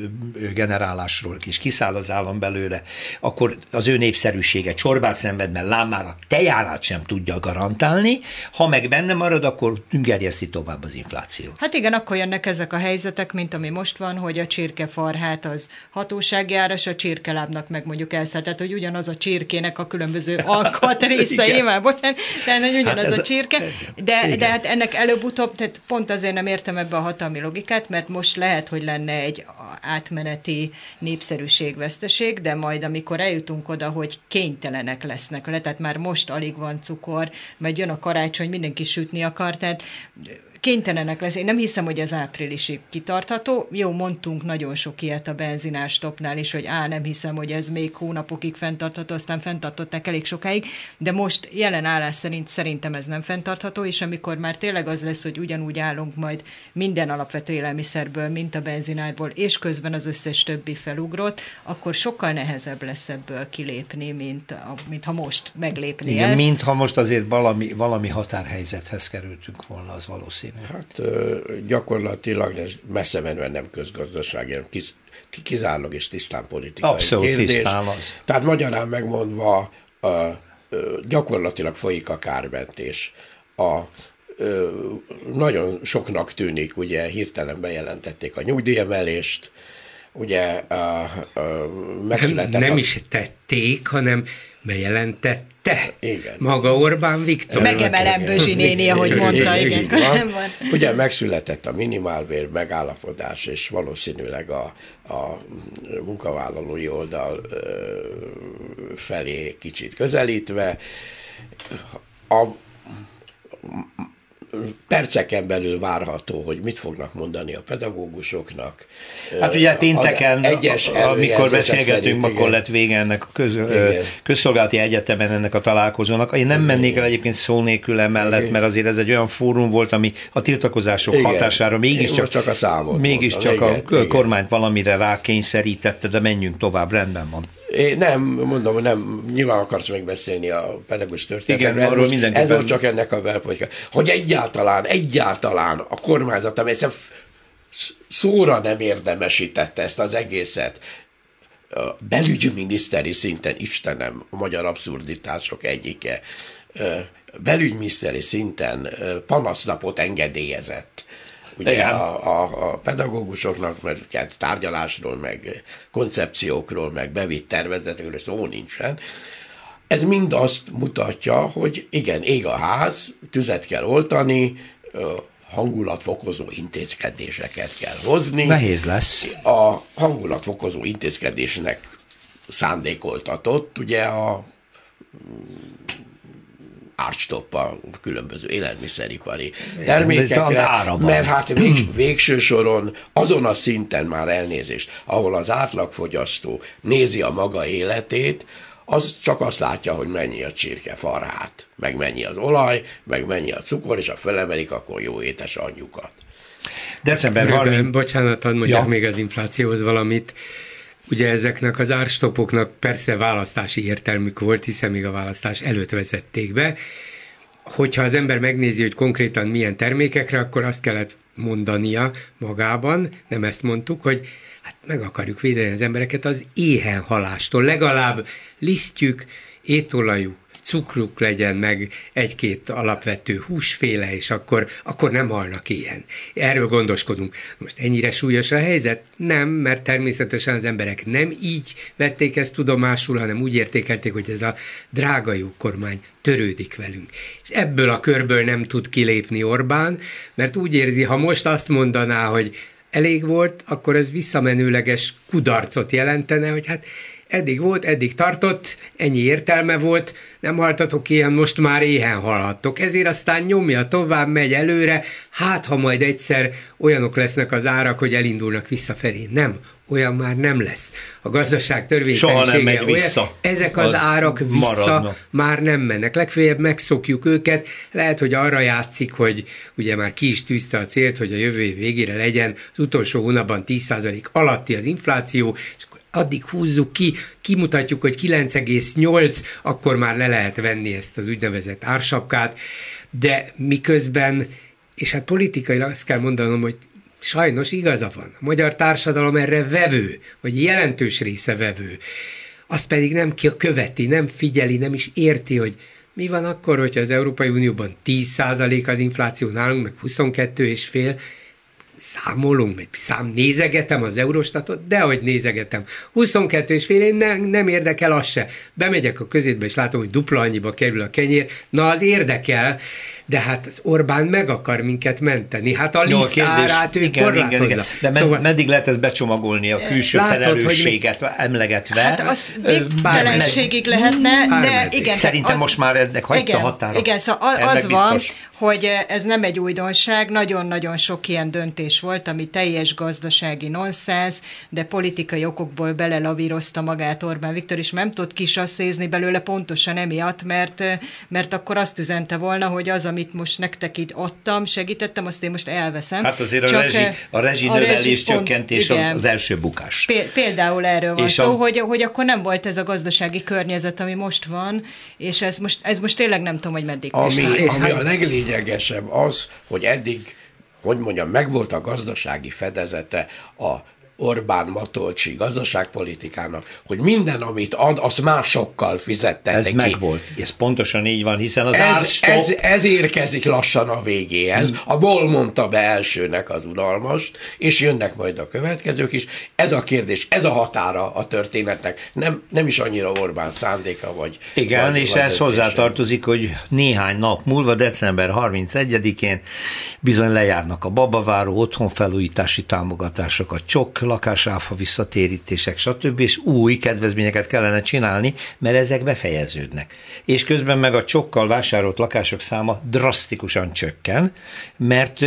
generálásról, és kiszáll az állam belőle, akkor az ő népszerűsége csorbát szenved, mert lám már a tejárát sem tudja garantálni, ha meg benne marad, akkor gerjeszti tovább az infláció.
Hát igen, akkor jönnek ezek a helyzetek, mint ami most van, hogy a csirkefarhát az hatósági áras, a csirkelábnak meg mondjuk elszállt, tehát hogy ugyanaz a csirkének a különböző alkatrészei, már bocsánat, tehát hogy ugyanaz hát a csirke, de, de hát ennek előbb-utóbb, tehát pont azért nem értem ebbe a hatalmi logikát, mert most lehet, hogy lenne egy átmeneti népszerűségveszteség, de majd amikor eljutunk oda, hogy kénytelenek lesznek le, tehát már most alig van cukor, majd jön a karácsony, mindenki sütni akar, tehát kénytelenek lesz. Én nem hiszem, hogy ez áprilisig kitartható. Jó, mondtunk nagyon sok ilyet a benzinástopnál is, hogy á, nem hiszem, hogy ez még hónapokig fenntartható, aztán fenntartották elég sokáig, de most jelen állás szerint szerintem ez nem fenntartható, és amikor már tényleg az lesz, hogy ugyanúgy állunk majd minden alapvető élelmiszerből, mint a benzinárból, és közben az összes többi felugrott, akkor sokkal nehezebb lesz ebből kilépni, mint, a, mint ha most meglépni
igen,
ezt.
mint ha most azért valami, valami határhelyzethez kerültünk volna, az valószínű.
Hát gyakorlatilag ez messze menően nem közgazdasági, hanem kiz, kizárólag és tisztán politikai
abszolút
kérdés.
Tisztán az.
Tehát magyarán megmondva gyakorlatilag folyik a kármentés. A, nagyon soknak tűnik, ugye hirtelen bejelentették a nyugdíjemelést, ugye a, a, megszületett...
Nem, nem
a...
is tették, hanem bejelentette.
Igen.
Maga Orbán Viktor.
Megemelem Bözsi néni, ahogy mondta. Igen. Igen.
Ugye megszületett a minimálbér megállapodás, és valószínűleg a, a munkavállalói oldal felé kicsit közelítve. A perceken belül várható, hogy mit fognak mondani a pedagógusoknak.
Hát ugye pénteken,
egyes
amikor beszélgetünk, akkor igen. lett vége ennek a köz, közszolgálati egyetemen ennek a találkozónak. Én nem igen. mennék el egyébként szó nélkül emellett, igen. mert azért ez egy olyan fórum volt, ami a tiltakozások igen. hatására mégiscsak
csak a számot
mégiscsak a igen. kormányt valamire rákényszerítette, de menjünk tovább, rendben van.
Én nem, mondom, nem, nyilván akarsz megbeszélni a pedagógus történetet.
Igen, arról mindenképpen.
Ez volt csak ennek a belpolitika. Hogy egyáltalán, egyáltalán a kormányzat, amely szóra nem érdemesítette ezt az egészet, a belügyminiszteri szinten, Istenem, a magyar abszurditások egyike, belügyminiszteri szinten panasznapot engedélyezett. Ugye a, a, a pedagógusoknak, mert tárgyalásról, meg koncepciókról, meg bevitt tervezetekről szó nincsen. Ez mind azt mutatja, hogy igen, ég a ház, tüzet kell oltani, hangulatfokozó intézkedéseket kell hozni.
Nehéz lesz.
A hangulatfokozó intézkedésnek szándékoltatott, ugye a árstopp a különböző élelmiszeripari termékekre, mert hát végs, végső soron azon a szinten már elnézést, ahol az átlagfogyasztó nézi a maga életét, az csak azt látja, hogy mennyi a csirkefarhát, meg mennyi az olaj, meg mennyi a cukor, és ha fölemelik, akkor jó étes anyjukat.
december harmincadika
Bocsánat, hadd mondjak ja. még az inflációhoz valamit. Ugye ezeknek az árstoppoknak persze választási értelmük volt, hiszen még a választás előtt vezették be. Hogyha az ember megnézi, hogy konkrétan milyen termékekre, akkor azt kellett mondania magában, nem ezt mondtuk, hogy hát meg akarjuk védeni az embereket az éhenhalástól. Legalább lisztjük, étolajú cukruk legyen, meg egy-két alapvető húsféle, és akkor, akkor nem halnak ilyen. Erről gondoskodunk. Most ennyire súlyos a helyzet? Nem, mert természetesen az emberek nem így vették ezt tudomásul, hanem úgy értékelték, hogy ez a drága jó kormány törődik velünk. És ebből a körből nem tud kilépni Orbán, mert úgy érzi, ha most azt mondaná, hogy elég volt, akkor ez visszamenőleges kudarcot jelentene, hogy hát eddig volt, eddig tartott, ennyi értelme volt, nem haltatok ilyen, most már éhen halhattok. Ezért aztán nyomja tovább, megy előre, hát ha majd egyszer olyanok lesznek az árak, hogy elindulnak visszafelé. Nem, olyan már nem lesz. A gazdaság törvényszerűsége olyan, ezek az, az árak vissza maradnak. Már nem mennek. Legfeljebb megszokjuk őket, lehet, hogy arra játszik, hogy ugye már ki is tűzte a célt, hogy a jövő év végére legyen az utolsó hónapban tíz százalék alatti az infláció, és addig húzzuk ki, kimutatjuk, hogy kilenc egész nyolc, akkor már le lehet venni ezt az úgynevezett ársapkát, de miközben, és hát politikailag azt kell mondanom, hogy sajnos igaza van. A magyar társadalom erre vevő, vagy jelentős része vevő. Azt pedig nem követi, nem figyeli, nem is érti, hogy mi van akkor, hogyha az Európai Unióban tíz százalék az infláció, nálunk meg huszonkettő egész öt, számolunk, meg szám, nézegetem az Eurostatot, dehogy nézegetem. huszonkettő egész öt, én ne, nem érdekel az se. Bemegyek a közétbe, és látom, hogy dupla annyiba kerül a kenyér. Na, az érdekel, de hát az Orbán meg akar minket menteni. Hát a lisztárát ő igen, korlátozza. Igen, igen.
De med- szóval, meddig lehet ezt becsomagolni a külső látod, felelősséget mi, emlegetve?
Hát az végtelenségig lehetne, de igen.
Szerintem
az,
most már ennek hagyta határa.
Igen, szóval az van, hogy ez nem egy újdonság, nagyon-nagyon sok ilyen döntés volt, ami teljes gazdasági nonsens, de politikai okokból belelavírozta magát Orbán Viktor, és nem tudott kisasszézni belőle pontosan emiatt, mert, mert akkor azt üzente volna, hogy az, amit most nektek itt adtam, segítettem, azt én most elveszem.
Hát azért Csak a, rezsi, a rezsinövelés csökkentés az, az első bukás.
Például erről van és szó, a... hogy, hogy akkor nem volt ez a gazdasági környezet, ami most van, és ez most, ez most tényleg nem tudom, hogy meddig.
Ami, ami a leglényegesebb az, hogy eddig, hogy mondjam, megvolt a gazdasági fedezete a Orbán-Matolcsi gazdaságpolitikának, hogy minden, amit ad, azt másokkal fizettette
ez
ki.
Ez megvolt. Ez pontosan így van, hiszen az
ez,
árstop...
ez, ez érkezik lassan a végéhez. A Boll mondta be elsőnek az unalmast, és jönnek majd a következők is. Ez a kérdés, ez a határa a történetnek. Nem, nem is annyira Orbán szándéka, vagy...
Igen,
vagy,
és
vagy
ez hozzátartozik, hogy néhány nap múlva, december harmincegyedikén bizony lejárnak a babaváró otthonfelújítási támogatások, a csok, lakásáfa visszatérítések, stb. És új kedvezményeket kellene csinálni, mert ezek befejeződnek. És közben meg a csokkal vásárolt lakások száma drasztikusan csökken, mert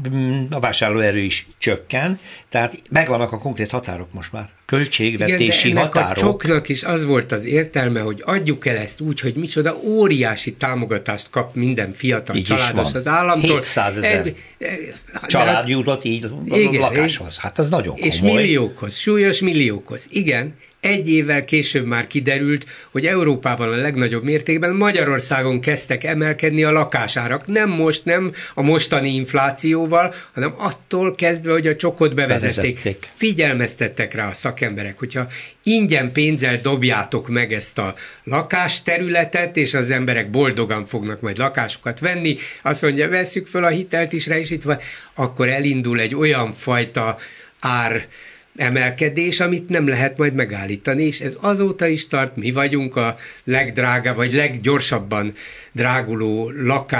a vásárlóerő is csökken, tehát megvannak a konkrét határok most már. Költségvetési
igen,
határok.
A csoknak is az volt az értelme, hogy adjuk el ezt úgy, hogy micsoda óriási támogatást kap minden fiatal így családos az államtól.
hétszázezer család jutott így a lakáshoz. Hát ez nagyon komoly.
És milliókhoz, súlyos milliókhoz. Igen, egy évvel később már kiderült, hogy Európában a legnagyobb mértékben Magyarországon kezdtek emelkedni a lakásárak. Nem most, nem a mostani inflációval, hanem attól kezdve, hogy a csokot bevezették. bevezették. Figyelmeztettek rá a szakemberek, hogyha ingyen pénzzel dobjátok meg ezt a lakásterületet, és az emberek boldogan fognak majd lakásokat venni, azt mondja, vesszük föl a hitelt is rá, és itt van, akkor elindul egy olyan fajta ár emelkedés, amit nem lehet majd megállítani, és ez azóta is tart, mi vagyunk a legdrágább, vagy leggyorsabban dráguló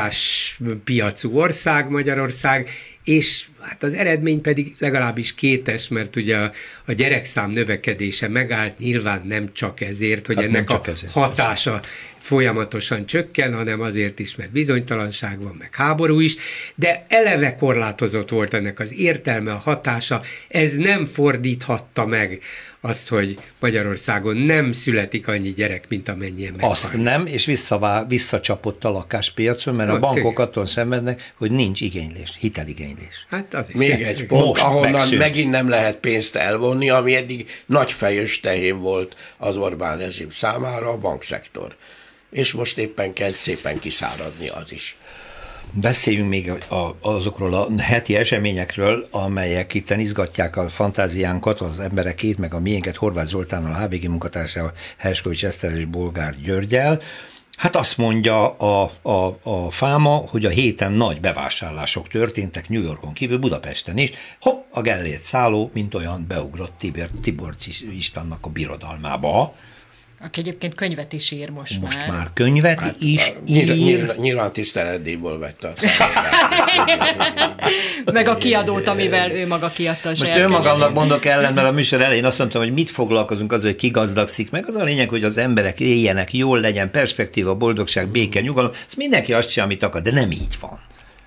lakáspiacú ország, Magyarország, és hát az eredmény pedig legalábbis kétes, mert ugye a, a gyerekszám növekedése megállt, nyilván nem csak ezért, hogy hát ennek a ezért. hatása folyamatosan csökken, hanem azért is, mert bizonytalanság van, meg háború is, de eleve korlátozott volt ennek az értelme, a hatása, ez nem fordíthatta meg azt, hogy Magyarországon nem születik annyi gyerek, mint amennyien meghal.
Azt nem, és visszavá, visszacsapott a lakáspiacon, mert a bankok attól szenvednek, hogy nincs igénylés, hiteligénylés.
Hát az is.
Még sem. egy pont, most ahonnan megszűn. Megint nem lehet pénzt elvonni, ami eddig nagyfejős tehén volt az Orbán rezsim számára, a bankszektor. És most éppen kezd szépen kiszáradni az is.
Beszéljünk még azokról a heti eseményekről, amelyek itten izgatják a fantáziánkat, az emberekét, meg a miénket Horváth Zoltánnal, a há bé gé munkatársával, Herskovics Eszterrel és Bolgár Györgyel. Hát azt mondja a, a, a fáma, hogy a héten nagy bevásárlások történtek New Yorkon kívül, Budapesten is. Hopp, a Gellért szálló, mint olyan beugrott Tibor, Tiborcz Istvánnak a birodalmába.
Aki egyébként könyvet is ír most,
most
már.
Most már könyvet hát, is
nyilván,
ír.
Nyilván, nyilván tiszteletdíjból vette a
meg a kiadót, amivel ő maga kiadta a
Most önmagamnak mondok ellen, mert a műsor elején azt mondtam, hogy mit foglalkozunk azzal, hogy ki gazdagszik meg. Az a lényeg, hogy az emberek éljenek, jól legyen, perspektíva, boldogság, béke, nyugalom. Ez mindenki azt csinál, amit akar, de nem így van.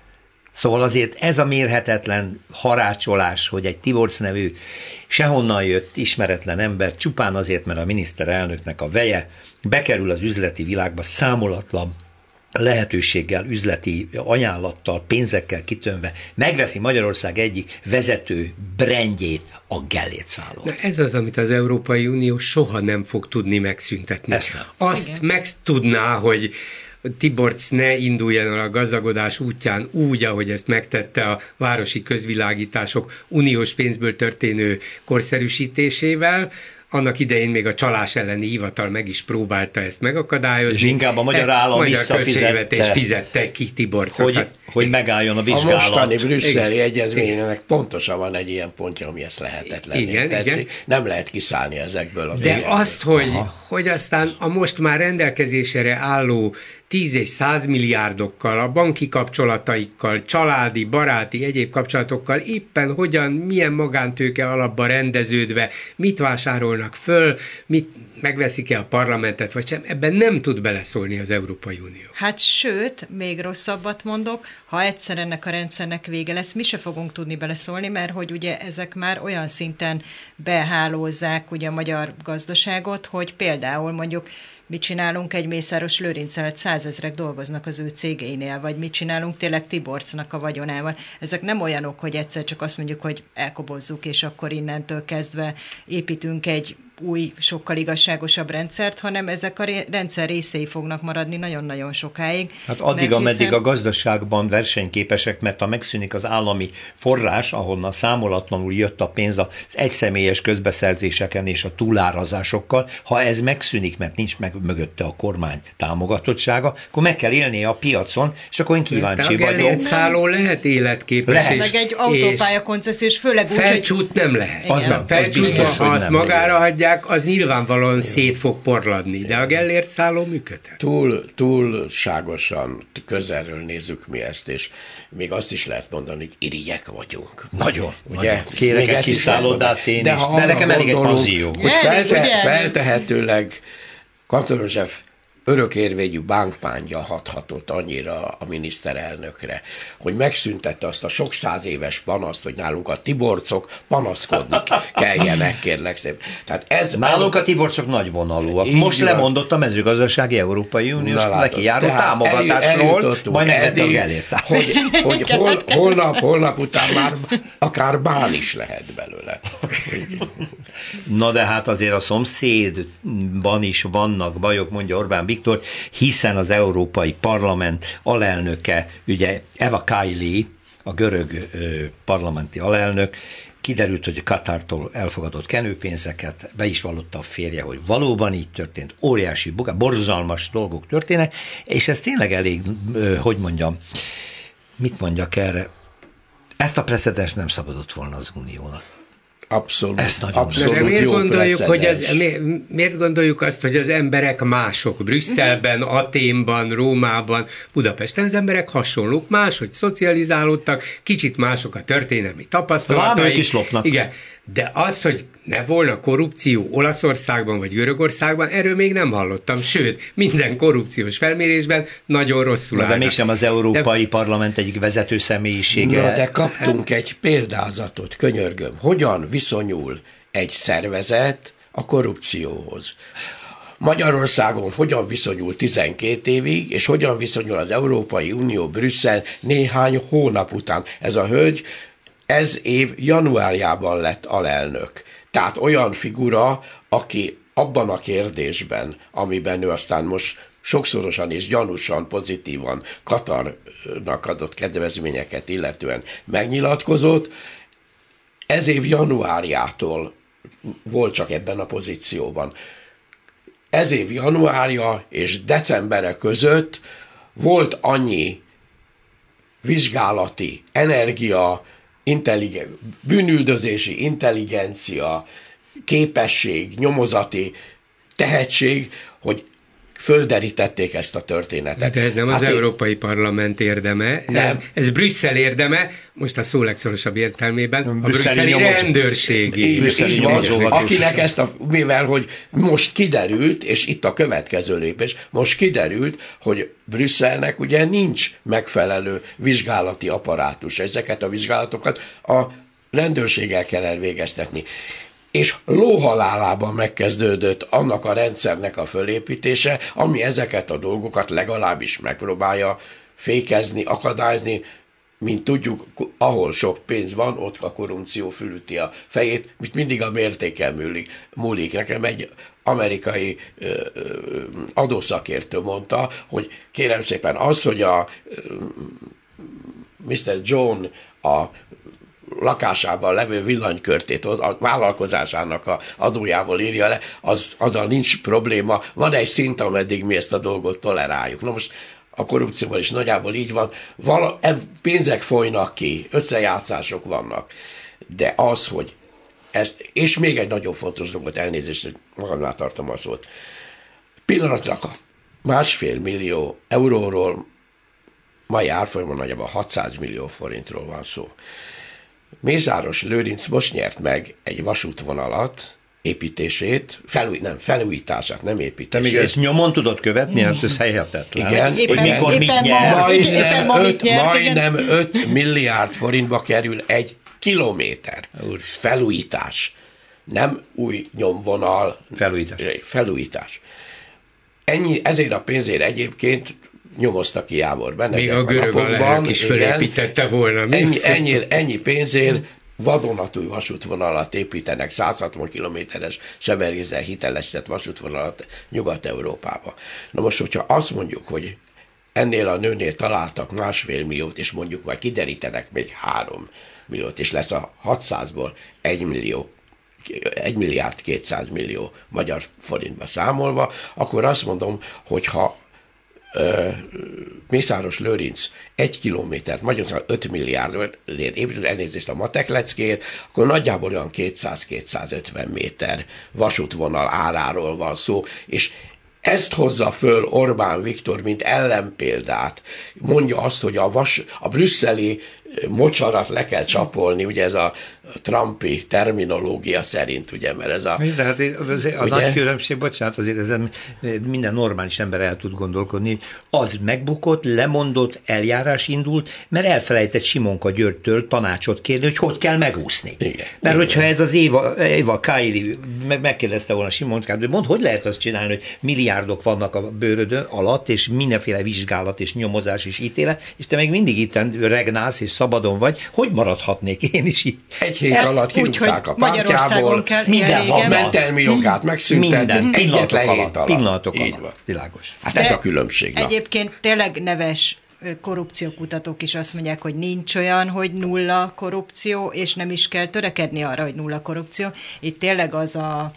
Szóval azért ez a mérhetetlen harácsolás, hogy egy Tiborcz nevű sehonnan jött ismeretlen ember, csupán azért, mert a miniszterelnöknek a veje bekerül az üzleti világba számolatlan lehetőséggel, üzleti ajánlattal, pénzekkel kitönve, megveszi Magyarország egyik vezető brandjét, a Gellért szállót.
Na ez az, amit az Európai Unió soha nem fog tudni megszüntetni. Azt Igen. megtudná, hogy Tiborcz ne induljon el a gazdagodás útján úgy, ahogy ezt megtette a városi közvilágítások uniós pénzből történő korszerűsítésével. Annak idején még a csalás elleni hivatal meg is próbálta ezt megakadályozni.
És inkább a magyar állam
magyar
visszafizette.
És fizette ki Tiborczokat.
Hogy, hogy megálljon a vizsgálat.
A mostani brüsszeli egyezménynek pontosan van egy ilyen pontja, ami ezt lehetetlenné
igen,
teszi.
Igen.
Nem lehet kiszállni ezekből az
De
ilyenből.
azt, hogy, hogy aztán a most már rendelkezésre álló tíz és száz milliárdokkal, a banki kapcsolataikkal, családi, baráti, egyéb kapcsolatokkal éppen hogyan, milyen magántőke alapba rendeződve, mit vásárolnak föl, mit megveszik-e a parlamentet, vagy sem, ebben nem tud beleszólni az Európai Unió.
Hát sőt, még rosszabbat mondok, ha egyszer ennek a rendszernek vége lesz, mi se fogunk tudni beleszólni, mert hogy ugye ezek már olyan szinten behálózzák ugye a magyar gazdaságot, hogy például mondjuk mit csinálunk egy Mészáros Lőrinccel, százezrek dolgoznak az ő cégeinél, vagy mit csinálunk tényleg Tiborcznak a vagyonával. Ezek nem olyanok, hogy egyszer csak azt mondjuk, hogy elkobozzuk, és akkor innentől kezdve építünk egy új, sokkal igazságosabb rendszert, hanem ezek a rendszer részei fognak maradni nagyon-nagyon sokáig.
Hát addig,
hiszen...
ameddig a gazdaságban versenyképesek, mert ha megszűnik az állami forrás, ahonnan számolatlanul jött a pénz az egyszemélyes közbeszerzéseken és a túlárazásokkal, ha ez megszűnik, mert nincs meg mögötte a kormány támogatottsága, akkor meg kell élnie a piacon, és akkor én kíváncsi vagyok.
A Gellért szálló lehet életképes.
Lehet.
És, meg egy autópálya koncesziós, főleg úgy,
felcsút hogy... nem lehet.
Az
Felcsútban, ha azt magára hagyják, az nyilvánvalóan szét fog porladni, de a Gellért szálló működhet.
Túl, túlságosan közelről nézzük mi ezt, és még azt is lehet mondani, hogy irigyek vagyunk.
Nagyon.
Ugye?
Nagyon. Kérek egy kis szállodát én
de
is, de nekem elég egy panzió.
Hogy felte, feltehetőleg Kantor József örökérvényű bánkpántja hathatott annyira a miniszterelnökre, hogy megszüntette azt a sok száz éves panaszt, hogy nálunk a Tiborczok panaszkodni kelljenek, kérlek szépen. Tehát ez,
nálunk
ez...
a Tiborczok nagyvonalúak. Most van. Lemondott a mezőgazdasági Európai Uniós neki járó támogatásról, majd megvette a Gellért szállót.
Hogy, hogy hol, holnap, holnap után már akár bán is lehet belőle.
Na de hát azért a szomszédban is vannak bajok, mondja Orbán Viktor, hiszen az Európai Parlament alelnöke, ugye Eva Kaili, a görög ö, parlamenti alelnök, kiderült, hogy Katártól elfogadott kenőpénzeket, be is vallotta a férje, hogy valóban így történt, óriási bukás, borzalmas dolgok történnek, és ez tényleg elég, ö, hogy mondjam, mit mondjak erre, ezt a precedens nem szabadott volna az Uniónak.
Abszolút.
Ezt nagyon
abszolút
de miért, gondoljuk, hogy
az,
az, miért gondoljuk azt, hogy az emberek mások? Brüsszelben, Aténban, Rómában, Budapesten az emberek hasonlók, máshogy szocializálódtak, kicsit mások a történelmi tapasztalataik.
is lopnak.
Igen. De az, hogy ne volna korrupció Olaszországban vagy Görögországban, erről még nem hallottam. Sőt, minden korrupciós felmérésben nagyon rosszul
Na,
állnak.
de mégsem az Európai
de...
Parlament egyik vezető személyisége.
Na, de kaptunk egy példázatot, könyörgöm. Hogyan viszonyul egy szervezet a korrupcióhoz? Magyarországon hogyan viszonyul tizenkét évig, és hogyan viszonyul az Európai Unió Brüsszel néhány hónap után. Ez a hölgy ez év januárjában lett alelnök. Tehát olyan figura, aki abban a kérdésben, amiben ő aztán most sokszorosan és gyanúsan, pozitívan Katarnak adott kedvezményeket illetően megnyilatkozott, ez év januárjától volt csak ebben a pozícióban. ez év januárja és decembere között volt annyi vizsgálati, energia, intelligen, bűnüldözési intelligencia, képesség, nyomozati tehetség, hogy földerítették ezt a történetet.
De ez nem hát az én... Európai Parlament érdeme, ez, ez Brüsszel érdeme, most a szó legszorosabb értelmében, a brüsszeli rendőrségi.
Akinek ezt a, mivel hogy most kiderült, és itt a következő lépés, most kiderült, hogy Brüsszelnek ugye nincs megfelelő vizsgálati apparátus. Ezeket a vizsgálatokat a rendőrséggel kell elvégeztetni. És lóhalálában megkezdődött annak a rendszernek a fölépítése, ami ezeket a dolgokat legalábbis megpróbálja fékezni, akadályozni, mint tudjuk, ahol sok pénz van, ott a korrupció fülüti a fejét, mint mindig a mértéken múlik. múlik. Nekem egy amerikai ö, ö, adószakértő mondta, hogy kérem szépen az, hogy a ö, miszter John a lakásában levő villanykörtét, a vállalkozásának a adójából írja le, az, azzal nincs probléma. Van egy szint, ameddig mi ezt a dolgot toleráljuk. Na most a korrupcióban is nagyjából így van. Vala, pénzek folynak ki, összejátszások vannak. De az, hogy ezt, és még egy nagyon fontos dolgot, elnézést, hogy magamnál tartom a szót. Pillanatilag a másfél millió euróról, mai árfolyamon nagyjából hatszáz millió forintról van szó. Mészáros Lőrinc most nyert meg egy vasútvonalat építését, felúj, nem, felújítását, nem építését.
Te még ezt nyomon tudod követni? Hát ez helyetetlen.
Igen.
Éppen, hogy mikor mit nyer.
Majdnem, öt, majdnem öt milliárd forintba kerül egy kilométer Úr. felújítás. Nem új nyomvonal.
Felújítás.
Felújítás. Ennyi, ezért a pénzért egyébként nyomoztak ki Jávor Benedek.
Még a görög alelnök is fölépítette volna. Mi?
Ennyi, ennyi, ennyi pénzért vadonatúj vasútvonalat építenek, száz hatvan kilométeres sebességgel hitelesített vasútvonalat Nyugat-Európába. Na most, hogyha azt mondjuk, hogy ennél a nőnél találtak másfél milliót, és mondjuk majd kiderítenek még három milliót, és lesz a hatszázból egy millió, egy milliárd kétszáz millió magyar forintba számolva, akkor azt mondom, hogy ha Mészáros Lőrinc egy kilométert, Magyarországon öt milliárd épített, elnézést a matek leckér, akkor nagyjából olyan kétszáz-kétszázötven méter vasútvonal áráról van szó, és ezt hozza föl Orbán Viktor, mint ellenpéldát. Mondja azt, hogy a, vas, a brüsszeli mocsarat le kell csapolni, ugye ez a trumpi terminológia szerint, ugye, mert ez a...
De hát a ugye? Nagy különbség, bocsánat, azért ezen minden normális ember el tud gondolkodni, az megbukott, lemondott, eljárás indult, mert elfelejtett Simonka Györgytől tanácsot kérni, hogy hogy kell megúszni. Igen, mert igen. Hogyha ez az Éva, Éva Kaili megkérdezte volna Simonkát, hogy mondd, hogy lehet azt csinálni, hogy milliárdok vannak a bőrödön alatt, és mindenféle vizsgálat, és nyomozás, és ítélet, és te még mindig itten regnálsz, és szabadon vagy, hogy maradhatnék én is itt?
Egy hét ezt alatt kirúgták a pártjából, mindenhol mentelmi jogát megszüntették, egyetlen hét alatt.
Pillanatok alatt. Világos.
Hát ez a különbség.
Egyébként tényleg neves korrupciókutatók is azt mondják, hogy nincs olyan, hogy nulla korrupció, és nem is kell törekedni arra, hogy nulla korrupció. Itt tényleg az a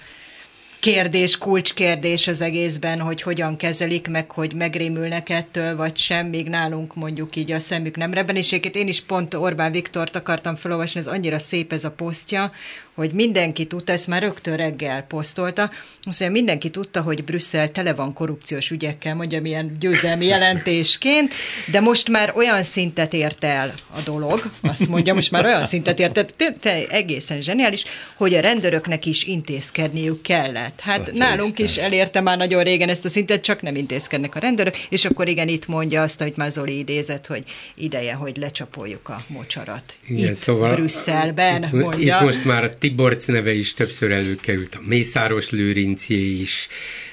kérdés, kulcskérdés az egészben, hogy hogyan kezelik meg, hogy megrémülnek ettől, vagy sem, még nálunk mondjuk így a szemük nem rebben. És én is pont Orbán Viktort akartam felolvasni, ez annyira szép ez a posztja, hogy mindenki tudta, ezt már rögtön reggel posztolta, azt mondja, mindenki tudta, hogy Brüsszel tele van korrupciós ügyekkel, mondja, milyen győzelmi jelentésként, de most már olyan szintet ért el a dolog, azt mondja, most már olyan szintet ért el, te, te egészen zseniális, hogy a rendőröknek is intézkedniük kellett. Hát Atya nálunk Isten. Is elérte már nagyon régen ezt a szintet, csak nem intézkednek a rendőrök, és akkor igen, itt mondja azt, amit már Zoli idézett, hogy ideje, hogy lecsapoljuk a mocsarat. Igen, itt szóval Brüsszelben,
itt,
mondja.
Itt most már a Tiborcs neve is többször előkerült, a Mészáros Lőrincé is,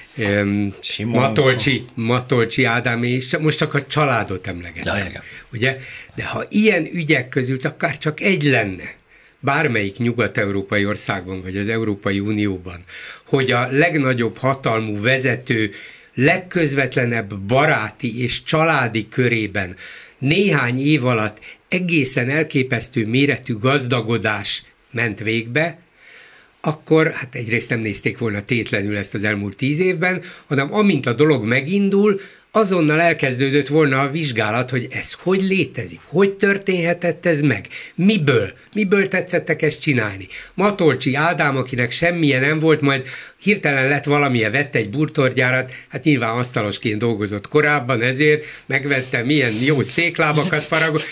um, Matolcsi, Matolcsi Ádámé is, most csak a családot emlegetem. Ugye? De ha ilyen ügyek közül akár csak egy lenne, bármelyik nyugat-európai országban, vagy az Európai Unióban, hogy a legnagyobb hatalmú vezető legközvetlenebb baráti és családi körében néhány év alatt egészen elképesztő méretű gazdagodás ment végbe, akkor hát egyrészt nem nézték volna tétlenül ezt az elmúlt tíz évben, hanem amint a dolog megindul, azonnal elkezdődött volna a vizsgálat, hogy ez hogy létezik, hogy történhetett ez meg, miből, miből tetszettek ezt csinálni. Matolcsi Ádám, akinek semmilyen nem volt, majd hirtelen lett valamilyen, vett egy burtorgyárat, hát nyilván asztalosként dolgozott korábban, ezért megvette, milyen jó széklábakat faragott,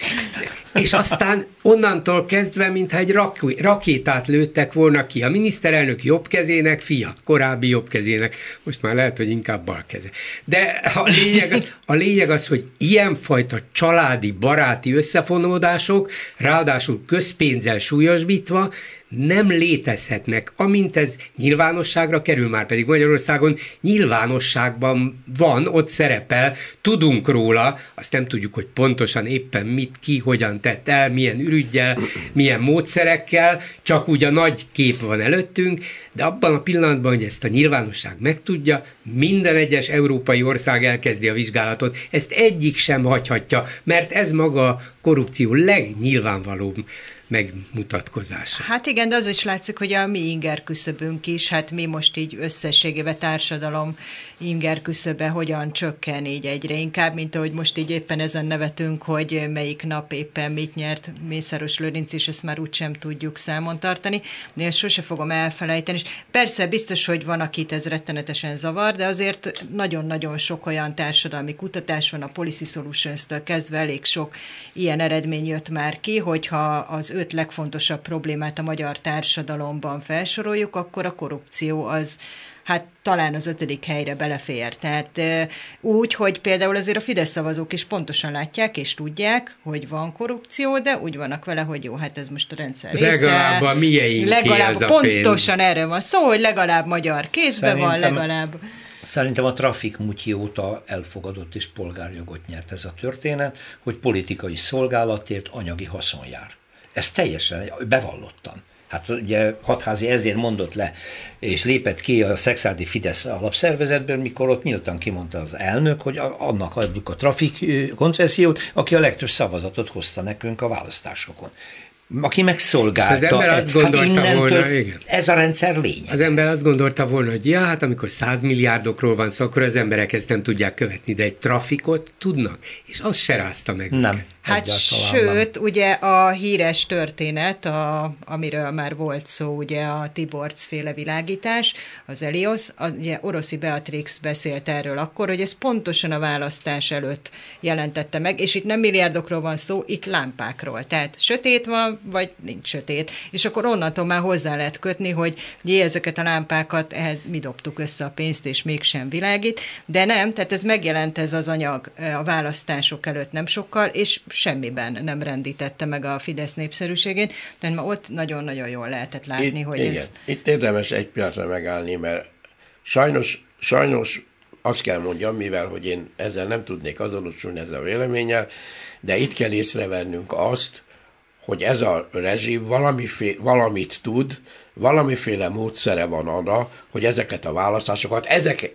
és aztán onnantól kezdve, mintha egy rak- rakétát lőttek volna ki. A miniszterelnök jobb kezének fia, korábbi jobb kezének, most már lehet, hogy inkább bal keze. De a lényeg, a lényeg az, hogy ilyenfajta családi, baráti összefonódások, ráadásul közpénzzel súlyosbítva, nem létezhetnek, amint ez nyilvánosságra kerül, már pedig Magyarországon nyilvánosságban van, ott szerepel, tudunk róla, azt nem tudjuk, hogy pontosan éppen mit, ki, hogyan tett el, milyen ürüggyel, milyen módszerekkel, csak úgy a nagy kép van előttünk, de abban a pillanatban, hogy ezt a nyilvánosság megtudja, minden egyes európai ország elkezdi a vizsgálatot, ezt egyik sem hagyhatja, mert ez maga a korrupció legnyilvánvalóbb megmutatkozása.
Hát igen, de az is látszik, hogy a mi inger küszöbünk is, hát mi most így összességében társadalom inger küszöbe hogyan csökken így egyre inkább, mint ahogy most így éppen ezen nevetünk, hogy melyik nap éppen mit nyert Mészáros Lőrinc, és ezt már úgysem tudjuk számon tartani, de ezt sose fogom elfelejteni, és persze biztos, hogy van, akit ez rettenetesen zavar, de azért nagyon-nagyon sok olyan társadalmi kutatás van, a Policy Solutions-től kezdve elég sok ilyen eredmény jött már ki, hogyha az öt legfontosabb problémát a magyar társadalomban felsoroljuk, akkor a korrupció az hát talán az ötödik helyre belefér. Tehát úgy, hogy például azért a Fidesz szavazók is pontosan látják és tudják, hogy van korrupció, de úgy vannak vele, hogy jó, hát ez most a rendszer része.
Legalább a miénké ez a pénz.
Pontosan erről van szó, hogy legalább magyar kézben van, legalább...
Szerintem a Trafik Mutyi óta elfogadott és polgárjogot nyert ez a történet, hogy politikai szolgálatért anyagi haszon jár. Ez teljesen bevallottan. Hát ugye Hatházi ezért mondott le, és lépett ki a Szekszárdi Fidesz alapszervezetből, mikor ott nyíltan kimondta az elnök, hogy annak adjuk a trafik koncesziót, aki a legtöbb szavazatot hozta nekünk a választásokon. Aki megszolgálta.
Az ember azt gondolta hát volna, igen.
Ez a rendszer lényeg.
Az ember azt gondolta volna, hogy ja, hát amikor száz milliárdokról van szó, akkor az emberek ezt nem tudják követni, de egy trafikot tudnak, és az se rázta meg.
Nem.
Hát sőt, nem. Ugye a híres történet, a, amiről már volt szó, ugye a Tiborcs féle világítás, az Elios, a, ugye Oroszi Beatrix beszélt erről akkor, hogy ez pontosan a választás előtt jelentette meg, és itt nem milliárdokról van szó, itt lámpákról. Tehát sötét van, vagy nincs sötét. És akkor onnantól már hozzá lehet kötni, hogy jé, ezeket a lámpákat, ehhez mi dobtuk össze a pénzt, és mégsem világít, de nem, tehát ez megjelent ez az anyag a választások előtt nem sokkal, és semmiben nem rendítette meg a Fidesz népszerűségét, tehát ma ott nagyon-nagyon jól lehetett látni,
itt,
hogy
igen.
ez...
Itt érdemes egy pillanatra megállni, mert sajnos, sajnos azt kell mondjam, mivel hogy én ezzel nem tudnék azonosulni ezzel a véleménnyel, de itt kell észrevennünk azt, hogy ez a rezsim valamiféle, valamit tud, valamiféle módszere van arra, hogy ezeket a választásokat, ezek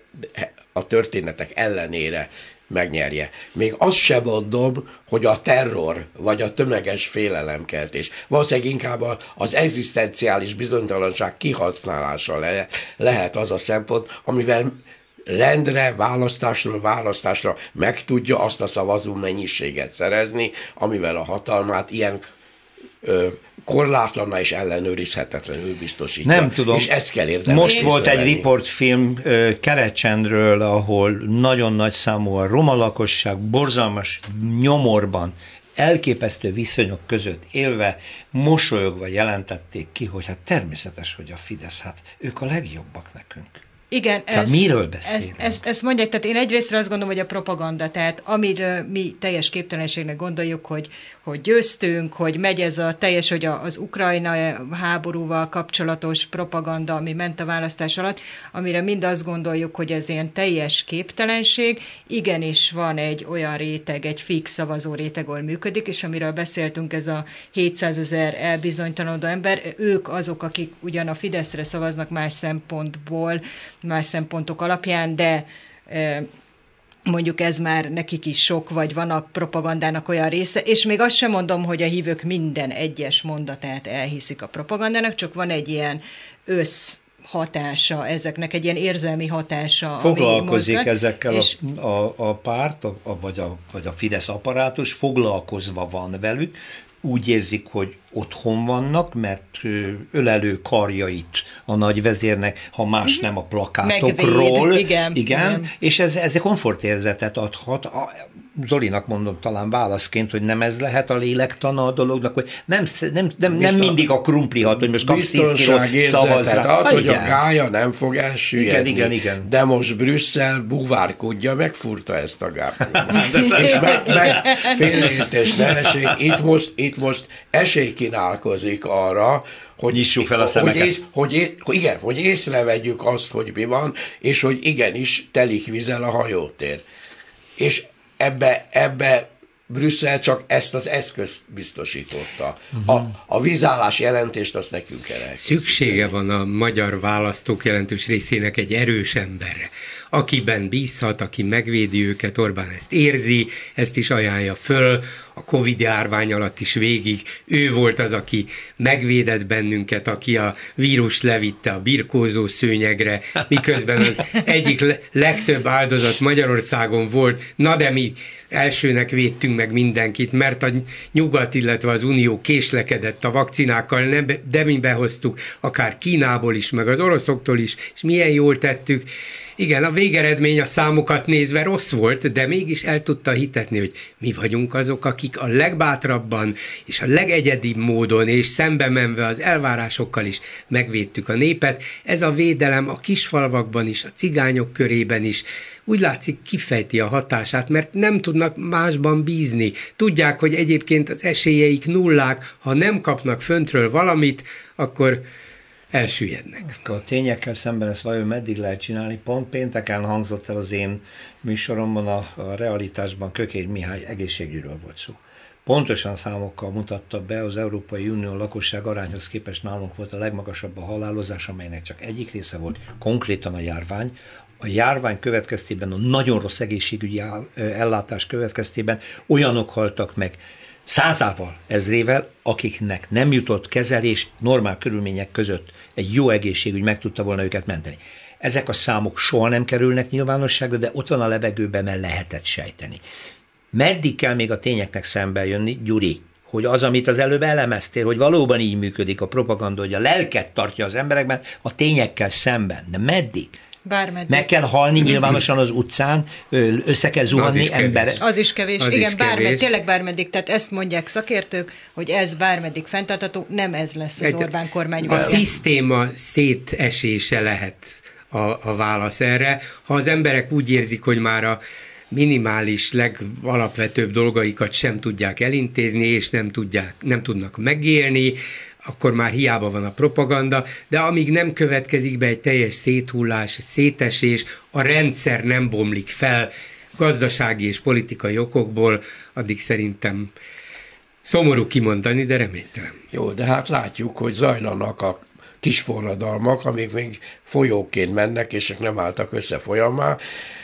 a történetek ellenére megnyerje. Még azt sem mondom, hogy a terror, vagy a tömeges félelemkeltés. Valószínűleg inkább az egzisztenciális bizonytalanság kihasználása le, lehet az a szempont, amivel rendre, választásról választásra meg tudja azt a szavazó mennyiséget szerezni, amivel a hatalmát ilyen ö, korlátlanna és ellenőrizhetetlenül biztosítja.
Nem tudom.
És ezt kell érdemes.
Most volt egy riportfilm Kerecsendről, ahol nagyon nagy számú a roma lakosság borzalmas nyomorban, elképesztő viszonyok között élve, mosolyogva jelentették ki, hogy hát természetes, hogy a Fidesz, hát ők a legjobbak nekünk.
Igen,
ez, miről beszélünk?
Ezt, ezt, ezt mondják, tehát én egyrészt azt gondolom, hogy a propaganda, tehát amiről mi teljes képtelenségnek gondoljuk, hogy, hogy győztünk, hogy megy ez a teljes, hogy az Ukrajna háborúval kapcsolatos propaganda, ami ment a választás alatt, amire mind azt gondoljuk, hogy ez ilyen teljes képtelenség, igenis van egy olyan réteg, egy fix szavazó réteg, ahol működik, és amiről beszéltünk, ez a hétszázezer elbizonytalanodó ember, ők azok, akik ugyan a Fideszre szavaznak más szempontból, más szempontok alapján, de mondjuk ez már nekik is sok, vagy van a propagandának olyan része, és még azt sem mondom, hogy a hívők minden egyes mondatát elhiszik a propagandának, csak van egy ilyen össz hatása ezeknek, egy ilyen érzelmi hatása.
Foglalkozik ezekkel és a, a, a párt, a, a, vagy, a, vagy a Fidesz apparátus, foglalkozva van velük, úgy érzik, hogy otthon vannak, mert ölelő karjait a nagyvezérnek, ha más uh-huh. nem a plakátokról.
Megvéd, igen,
igen,
igen.
És ez, ez egy komfortérzetet adhat. A, Zolinak mondom talán válaszként, hogy nem ez lehet a lélektana a dolognak, hogy nem, nem, nem, nem mindig a krumpli hat, hogy most kapsz tíz kilót, szavazz rá.
Az, hogy a gája nem fog elsüllyedni.
Igen, igen, igen.
De most Brüsszel buvárkodja, megfúrta ezt a gábor. És meg, meg félreértés ne esik. Itt most, itt most esély kínálkozik arra, hogy
nyissuk fel a szemeket.
Hogy, ész, hogy, hogy, igen, hogy észrevegyük azt, hogy mi van, és hogy igenis telik vízzel a hajótér. És ebbe, ebbe Brüsszel csak ezt az eszközt biztosította. Uh-huh. A, a vízállás jelentést azt nekünk kell elkészíteni.
Szüksége van a magyar választók jelentős részének egy erős emberre, akiben bízhat, aki megvédi őket. Orbán ezt érzi, ezt is ajánlja föl, a Covid járvány alatt is végig. Ő volt az, aki megvédett bennünket, aki a vírust levitte a birkózó szőnyegre, miközben az egyik legtöbb áldozat Magyarországon volt. Na de mi elsőnek védtünk meg mindenkit, mert a nyugat, illetve az Unió késlekedett a vakcinákkal, de mi behoztuk akár Kínából is, meg az oroszoktól is, és milyen jól tettük. Igen, a végeredmény a számokat nézve rossz volt, de mégis el tudta hitetni, hogy mi vagyunk azok, akik a legbátrabban és a legegyedibb módon és szembe menve az elvárásokkal is megvédtük a népet. Ez a védelem a kisfalvakban is, a cigányok körében is úgy látszik kifejti a hatását, mert nem tudnak másban bízni. Tudják, hogy egyébként az esélyeik nullák, ha nem kapnak föntről valamit, akkor elsüllyednek.
A tényekkel szemben ezt vajon meddig lehet csinálni? Pont pénteken hangzott el az én műsoromban, a, a realitásban Kökény Mihály egészségügyről volt szó. Pontosan számokkal mutatta be, az Európai Unió lakosság arányhoz képest nálunk volt a legmagasabb a halálozás, amelynek csak egyik része volt konkrétan a járvány. A járvány következtében, a nagyon rossz egészségügyi ellátás következtében olyanok haltak meg százával, ezrével, akiknek nem jutott kezelés normál körülmények között egy jó egészségügy meg tudta volna őket menteni. Ezek a számok soha nem kerülnek nyilvánosságra, de ott van a levegőben, mert lehetett sejteni. Meddig kell még a tényeknek szembe jönni, Gyuri, hogy az, amit az előbb elemeztél, hogy valóban így működik a propaganda, hogy a lelket tartja az emberekben, a tényekkel szemben. De meddig?
Bármeddig.
Meg kell halni nyilvánosan az utcán, össze kell zuhanni ember.
Az is kevés.
Az
Igen,
is
bármeddig,
kevés.
tényleg bármeddig. Tehát ezt mondják szakértők, hogy ez bármeddig fenntartható, nem ez lesz az Orbán kormány.
A szisztéma szétesése lehet a, a válasz erre. Ha az emberek úgy érzik, hogy már a minimális, legalapvetőbb dolgaikat sem tudják elintézni, és nem, tudják, nem tudnak megélni, akkor már hiába van a propaganda, de amíg nem következik be egy teljes széthullás, szétesés, a rendszer nem bomlik fel gazdasági és politikai okokból, addig szerintem szomorú kimondani, de reménytelen.
Jó, de hát látjuk, hogy zajlanak a kis forradalmak, amik még folyóként mennek, és nem álltak össze folyammá.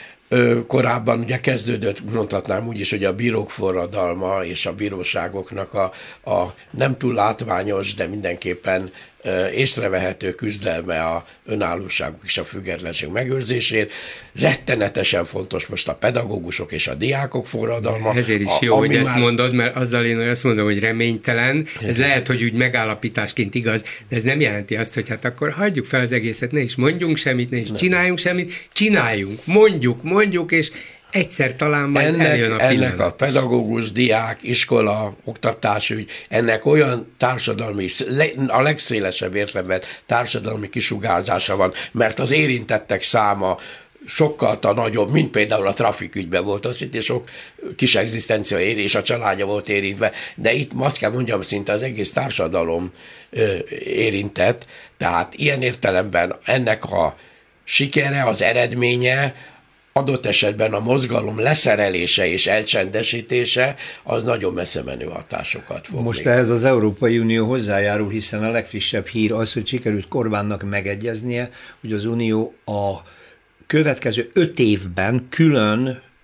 Korábban ugye kezdődött, mondhatnám úgy is, hogy a bírók forradalma és a bíróságoknak a, a nem túl látványos, de mindenképpen észrevehető küzdelme a önállóságuk és a függetlenség megőrzésért. Rettenetesen fontos most a pedagógusok és a diákok forradalma.
Ezért is jó, hogy ezt már... mondod, mert azzal én azt mondom, hogy reménytelen. Ez lehet, hogy úgy megállapításként igaz, de ez nem jelenti azt, hogy hát akkor hagyjuk fel az egészet, ne is mondjunk semmit, ne is nem. csináljunk semmit, csináljunk, mondjuk, mondjuk, és egyszer talán majd
ennek,
eljön a pillanat.
Ennek a pedagógus, diák, iskola, oktatásügy, ennek olyan társadalmi, a legszélesebb értelemben társadalmi kisugárzása van, mert az érintettek száma sokkal nagyobb, mint például a trafikügyben volt, az itt sok kis egzisztencia ér, és a családja volt érintve, de itt azt kell mondjam, szinte az egész társadalom ö, érintett, tehát ilyen értelemben ennek a sikere, az eredménye, adott esetben a mozgalom leszerelése és elcsendesítése, az nagyon messze menő hatásokat fog.
Most
még.
ehhez az Európai Unió hozzájárul, hiszen a legfrissebb hír az, hogy sikerült Orbánnak megegyeznie, hogy az Unió a következő öt évben külön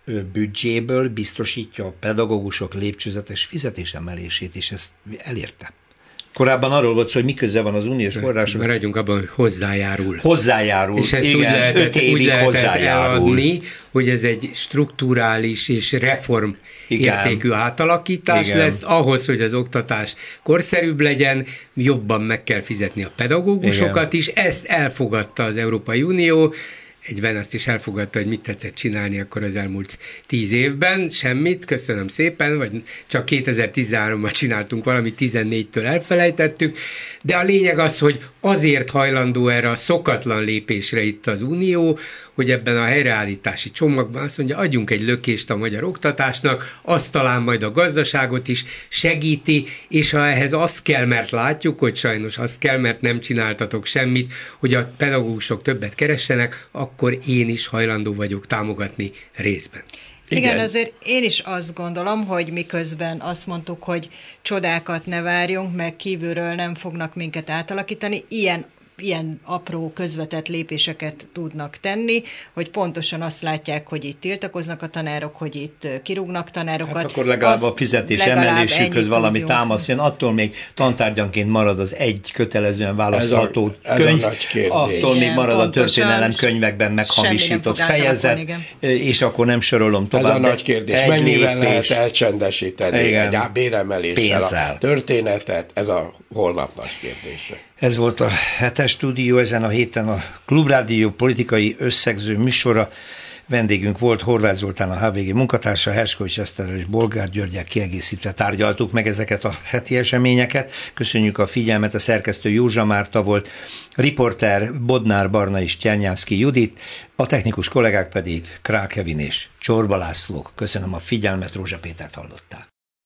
büdzséből biztosítja a pedagógusok lépcsőzetes fizetésemelését, és ezt elérte. Korábban arról volt szó, hogy mi köze van az uniós források.
Maradjunk abban, hogy hozzájárul.
Hozzájárul,
és ezt
igen,
úgy lehetett,
öt évig
úgy lehetett
hozzájárul.
eladni, hogy ez egy strukturális és reform igen. értékű átalakítás igen. lesz, ahhoz, hogy az oktatás korszerűbb legyen, jobban meg kell fizetni a pedagógusokat igen. is, ezt elfogadta az Európai Unió, egyben azt is elfogadta, hogy mit tetszett csinálni akkor az elmúlt tíz évben, semmit, köszönöm szépen, vagy csak kétezer-tizenháromban csináltunk valamit, tizennégytől elfelejtettük, de a lényeg az, hogy azért hajlandó erre a szokatlan lépésre itt az Unió, hogy ebben a helyreállítási csomagban azt mondja, adjunk egy lökést a magyar oktatásnak, azt talán majd a gazdaságot is segíti, és ha ehhez az kell, mert látjuk, hogy sajnos az kell, mert nem csináltatok semmit, hogy a pedagógusok többet keressenek, akkor én is hajlandó vagyok támogatni részben.
Igen, Igen, azért én is azt gondolom, hogy miközben azt mondtuk, hogy csodákat ne várjunk, meg kívülről nem fognak minket átalakítani, ilyen ilyen apró közvetett lépéseket tudnak tenni, hogy pontosan azt látják, hogy itt tiltakoznak a tanárok, hogy itt kirúgnak tanárokat. Hát
akkor legalább a fizetés emelésükhöz valami támasz jön, attól még tantárgyanként marad az egy kötelezően választható ez a, könyv, ez attól még marad a történelem könyvekben meghamisított fejezet, és akkor nem sorolom tovább.
Ez a nagy kérdés, mennyivel lehet elcsendesíteni egy béremeléssel a történetet, ez a holnap nagy kérdése.
Ez volt a hetes stúdió, ezen a héten a Klubrádió politikai összegző műsora. Vendégünk volt Horváth Zoltán, a há vé gé munkatársa, Herskovics Eszterrel és Bolgár Györggyel kiegészítve tárgyaltuk meg ezeket a heti eseményeket. Köszönjük a figyelmet, a szerkesztő Józsa Márta volt, a riporter Bodnár Barna és Csernyánszky Judit, a technikus kollégák pedig Král Kevin és Csorba László. Köszönöm a figyelmet, Rózsa Pétert hallották.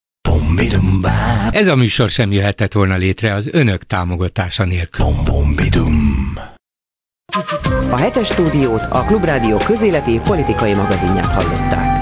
Ez a műsor sem jöhetett volna létre az önök támogatása nélkül.
A hetes stúdiót, a Klubrádió közéleti politikai magazinját hallották.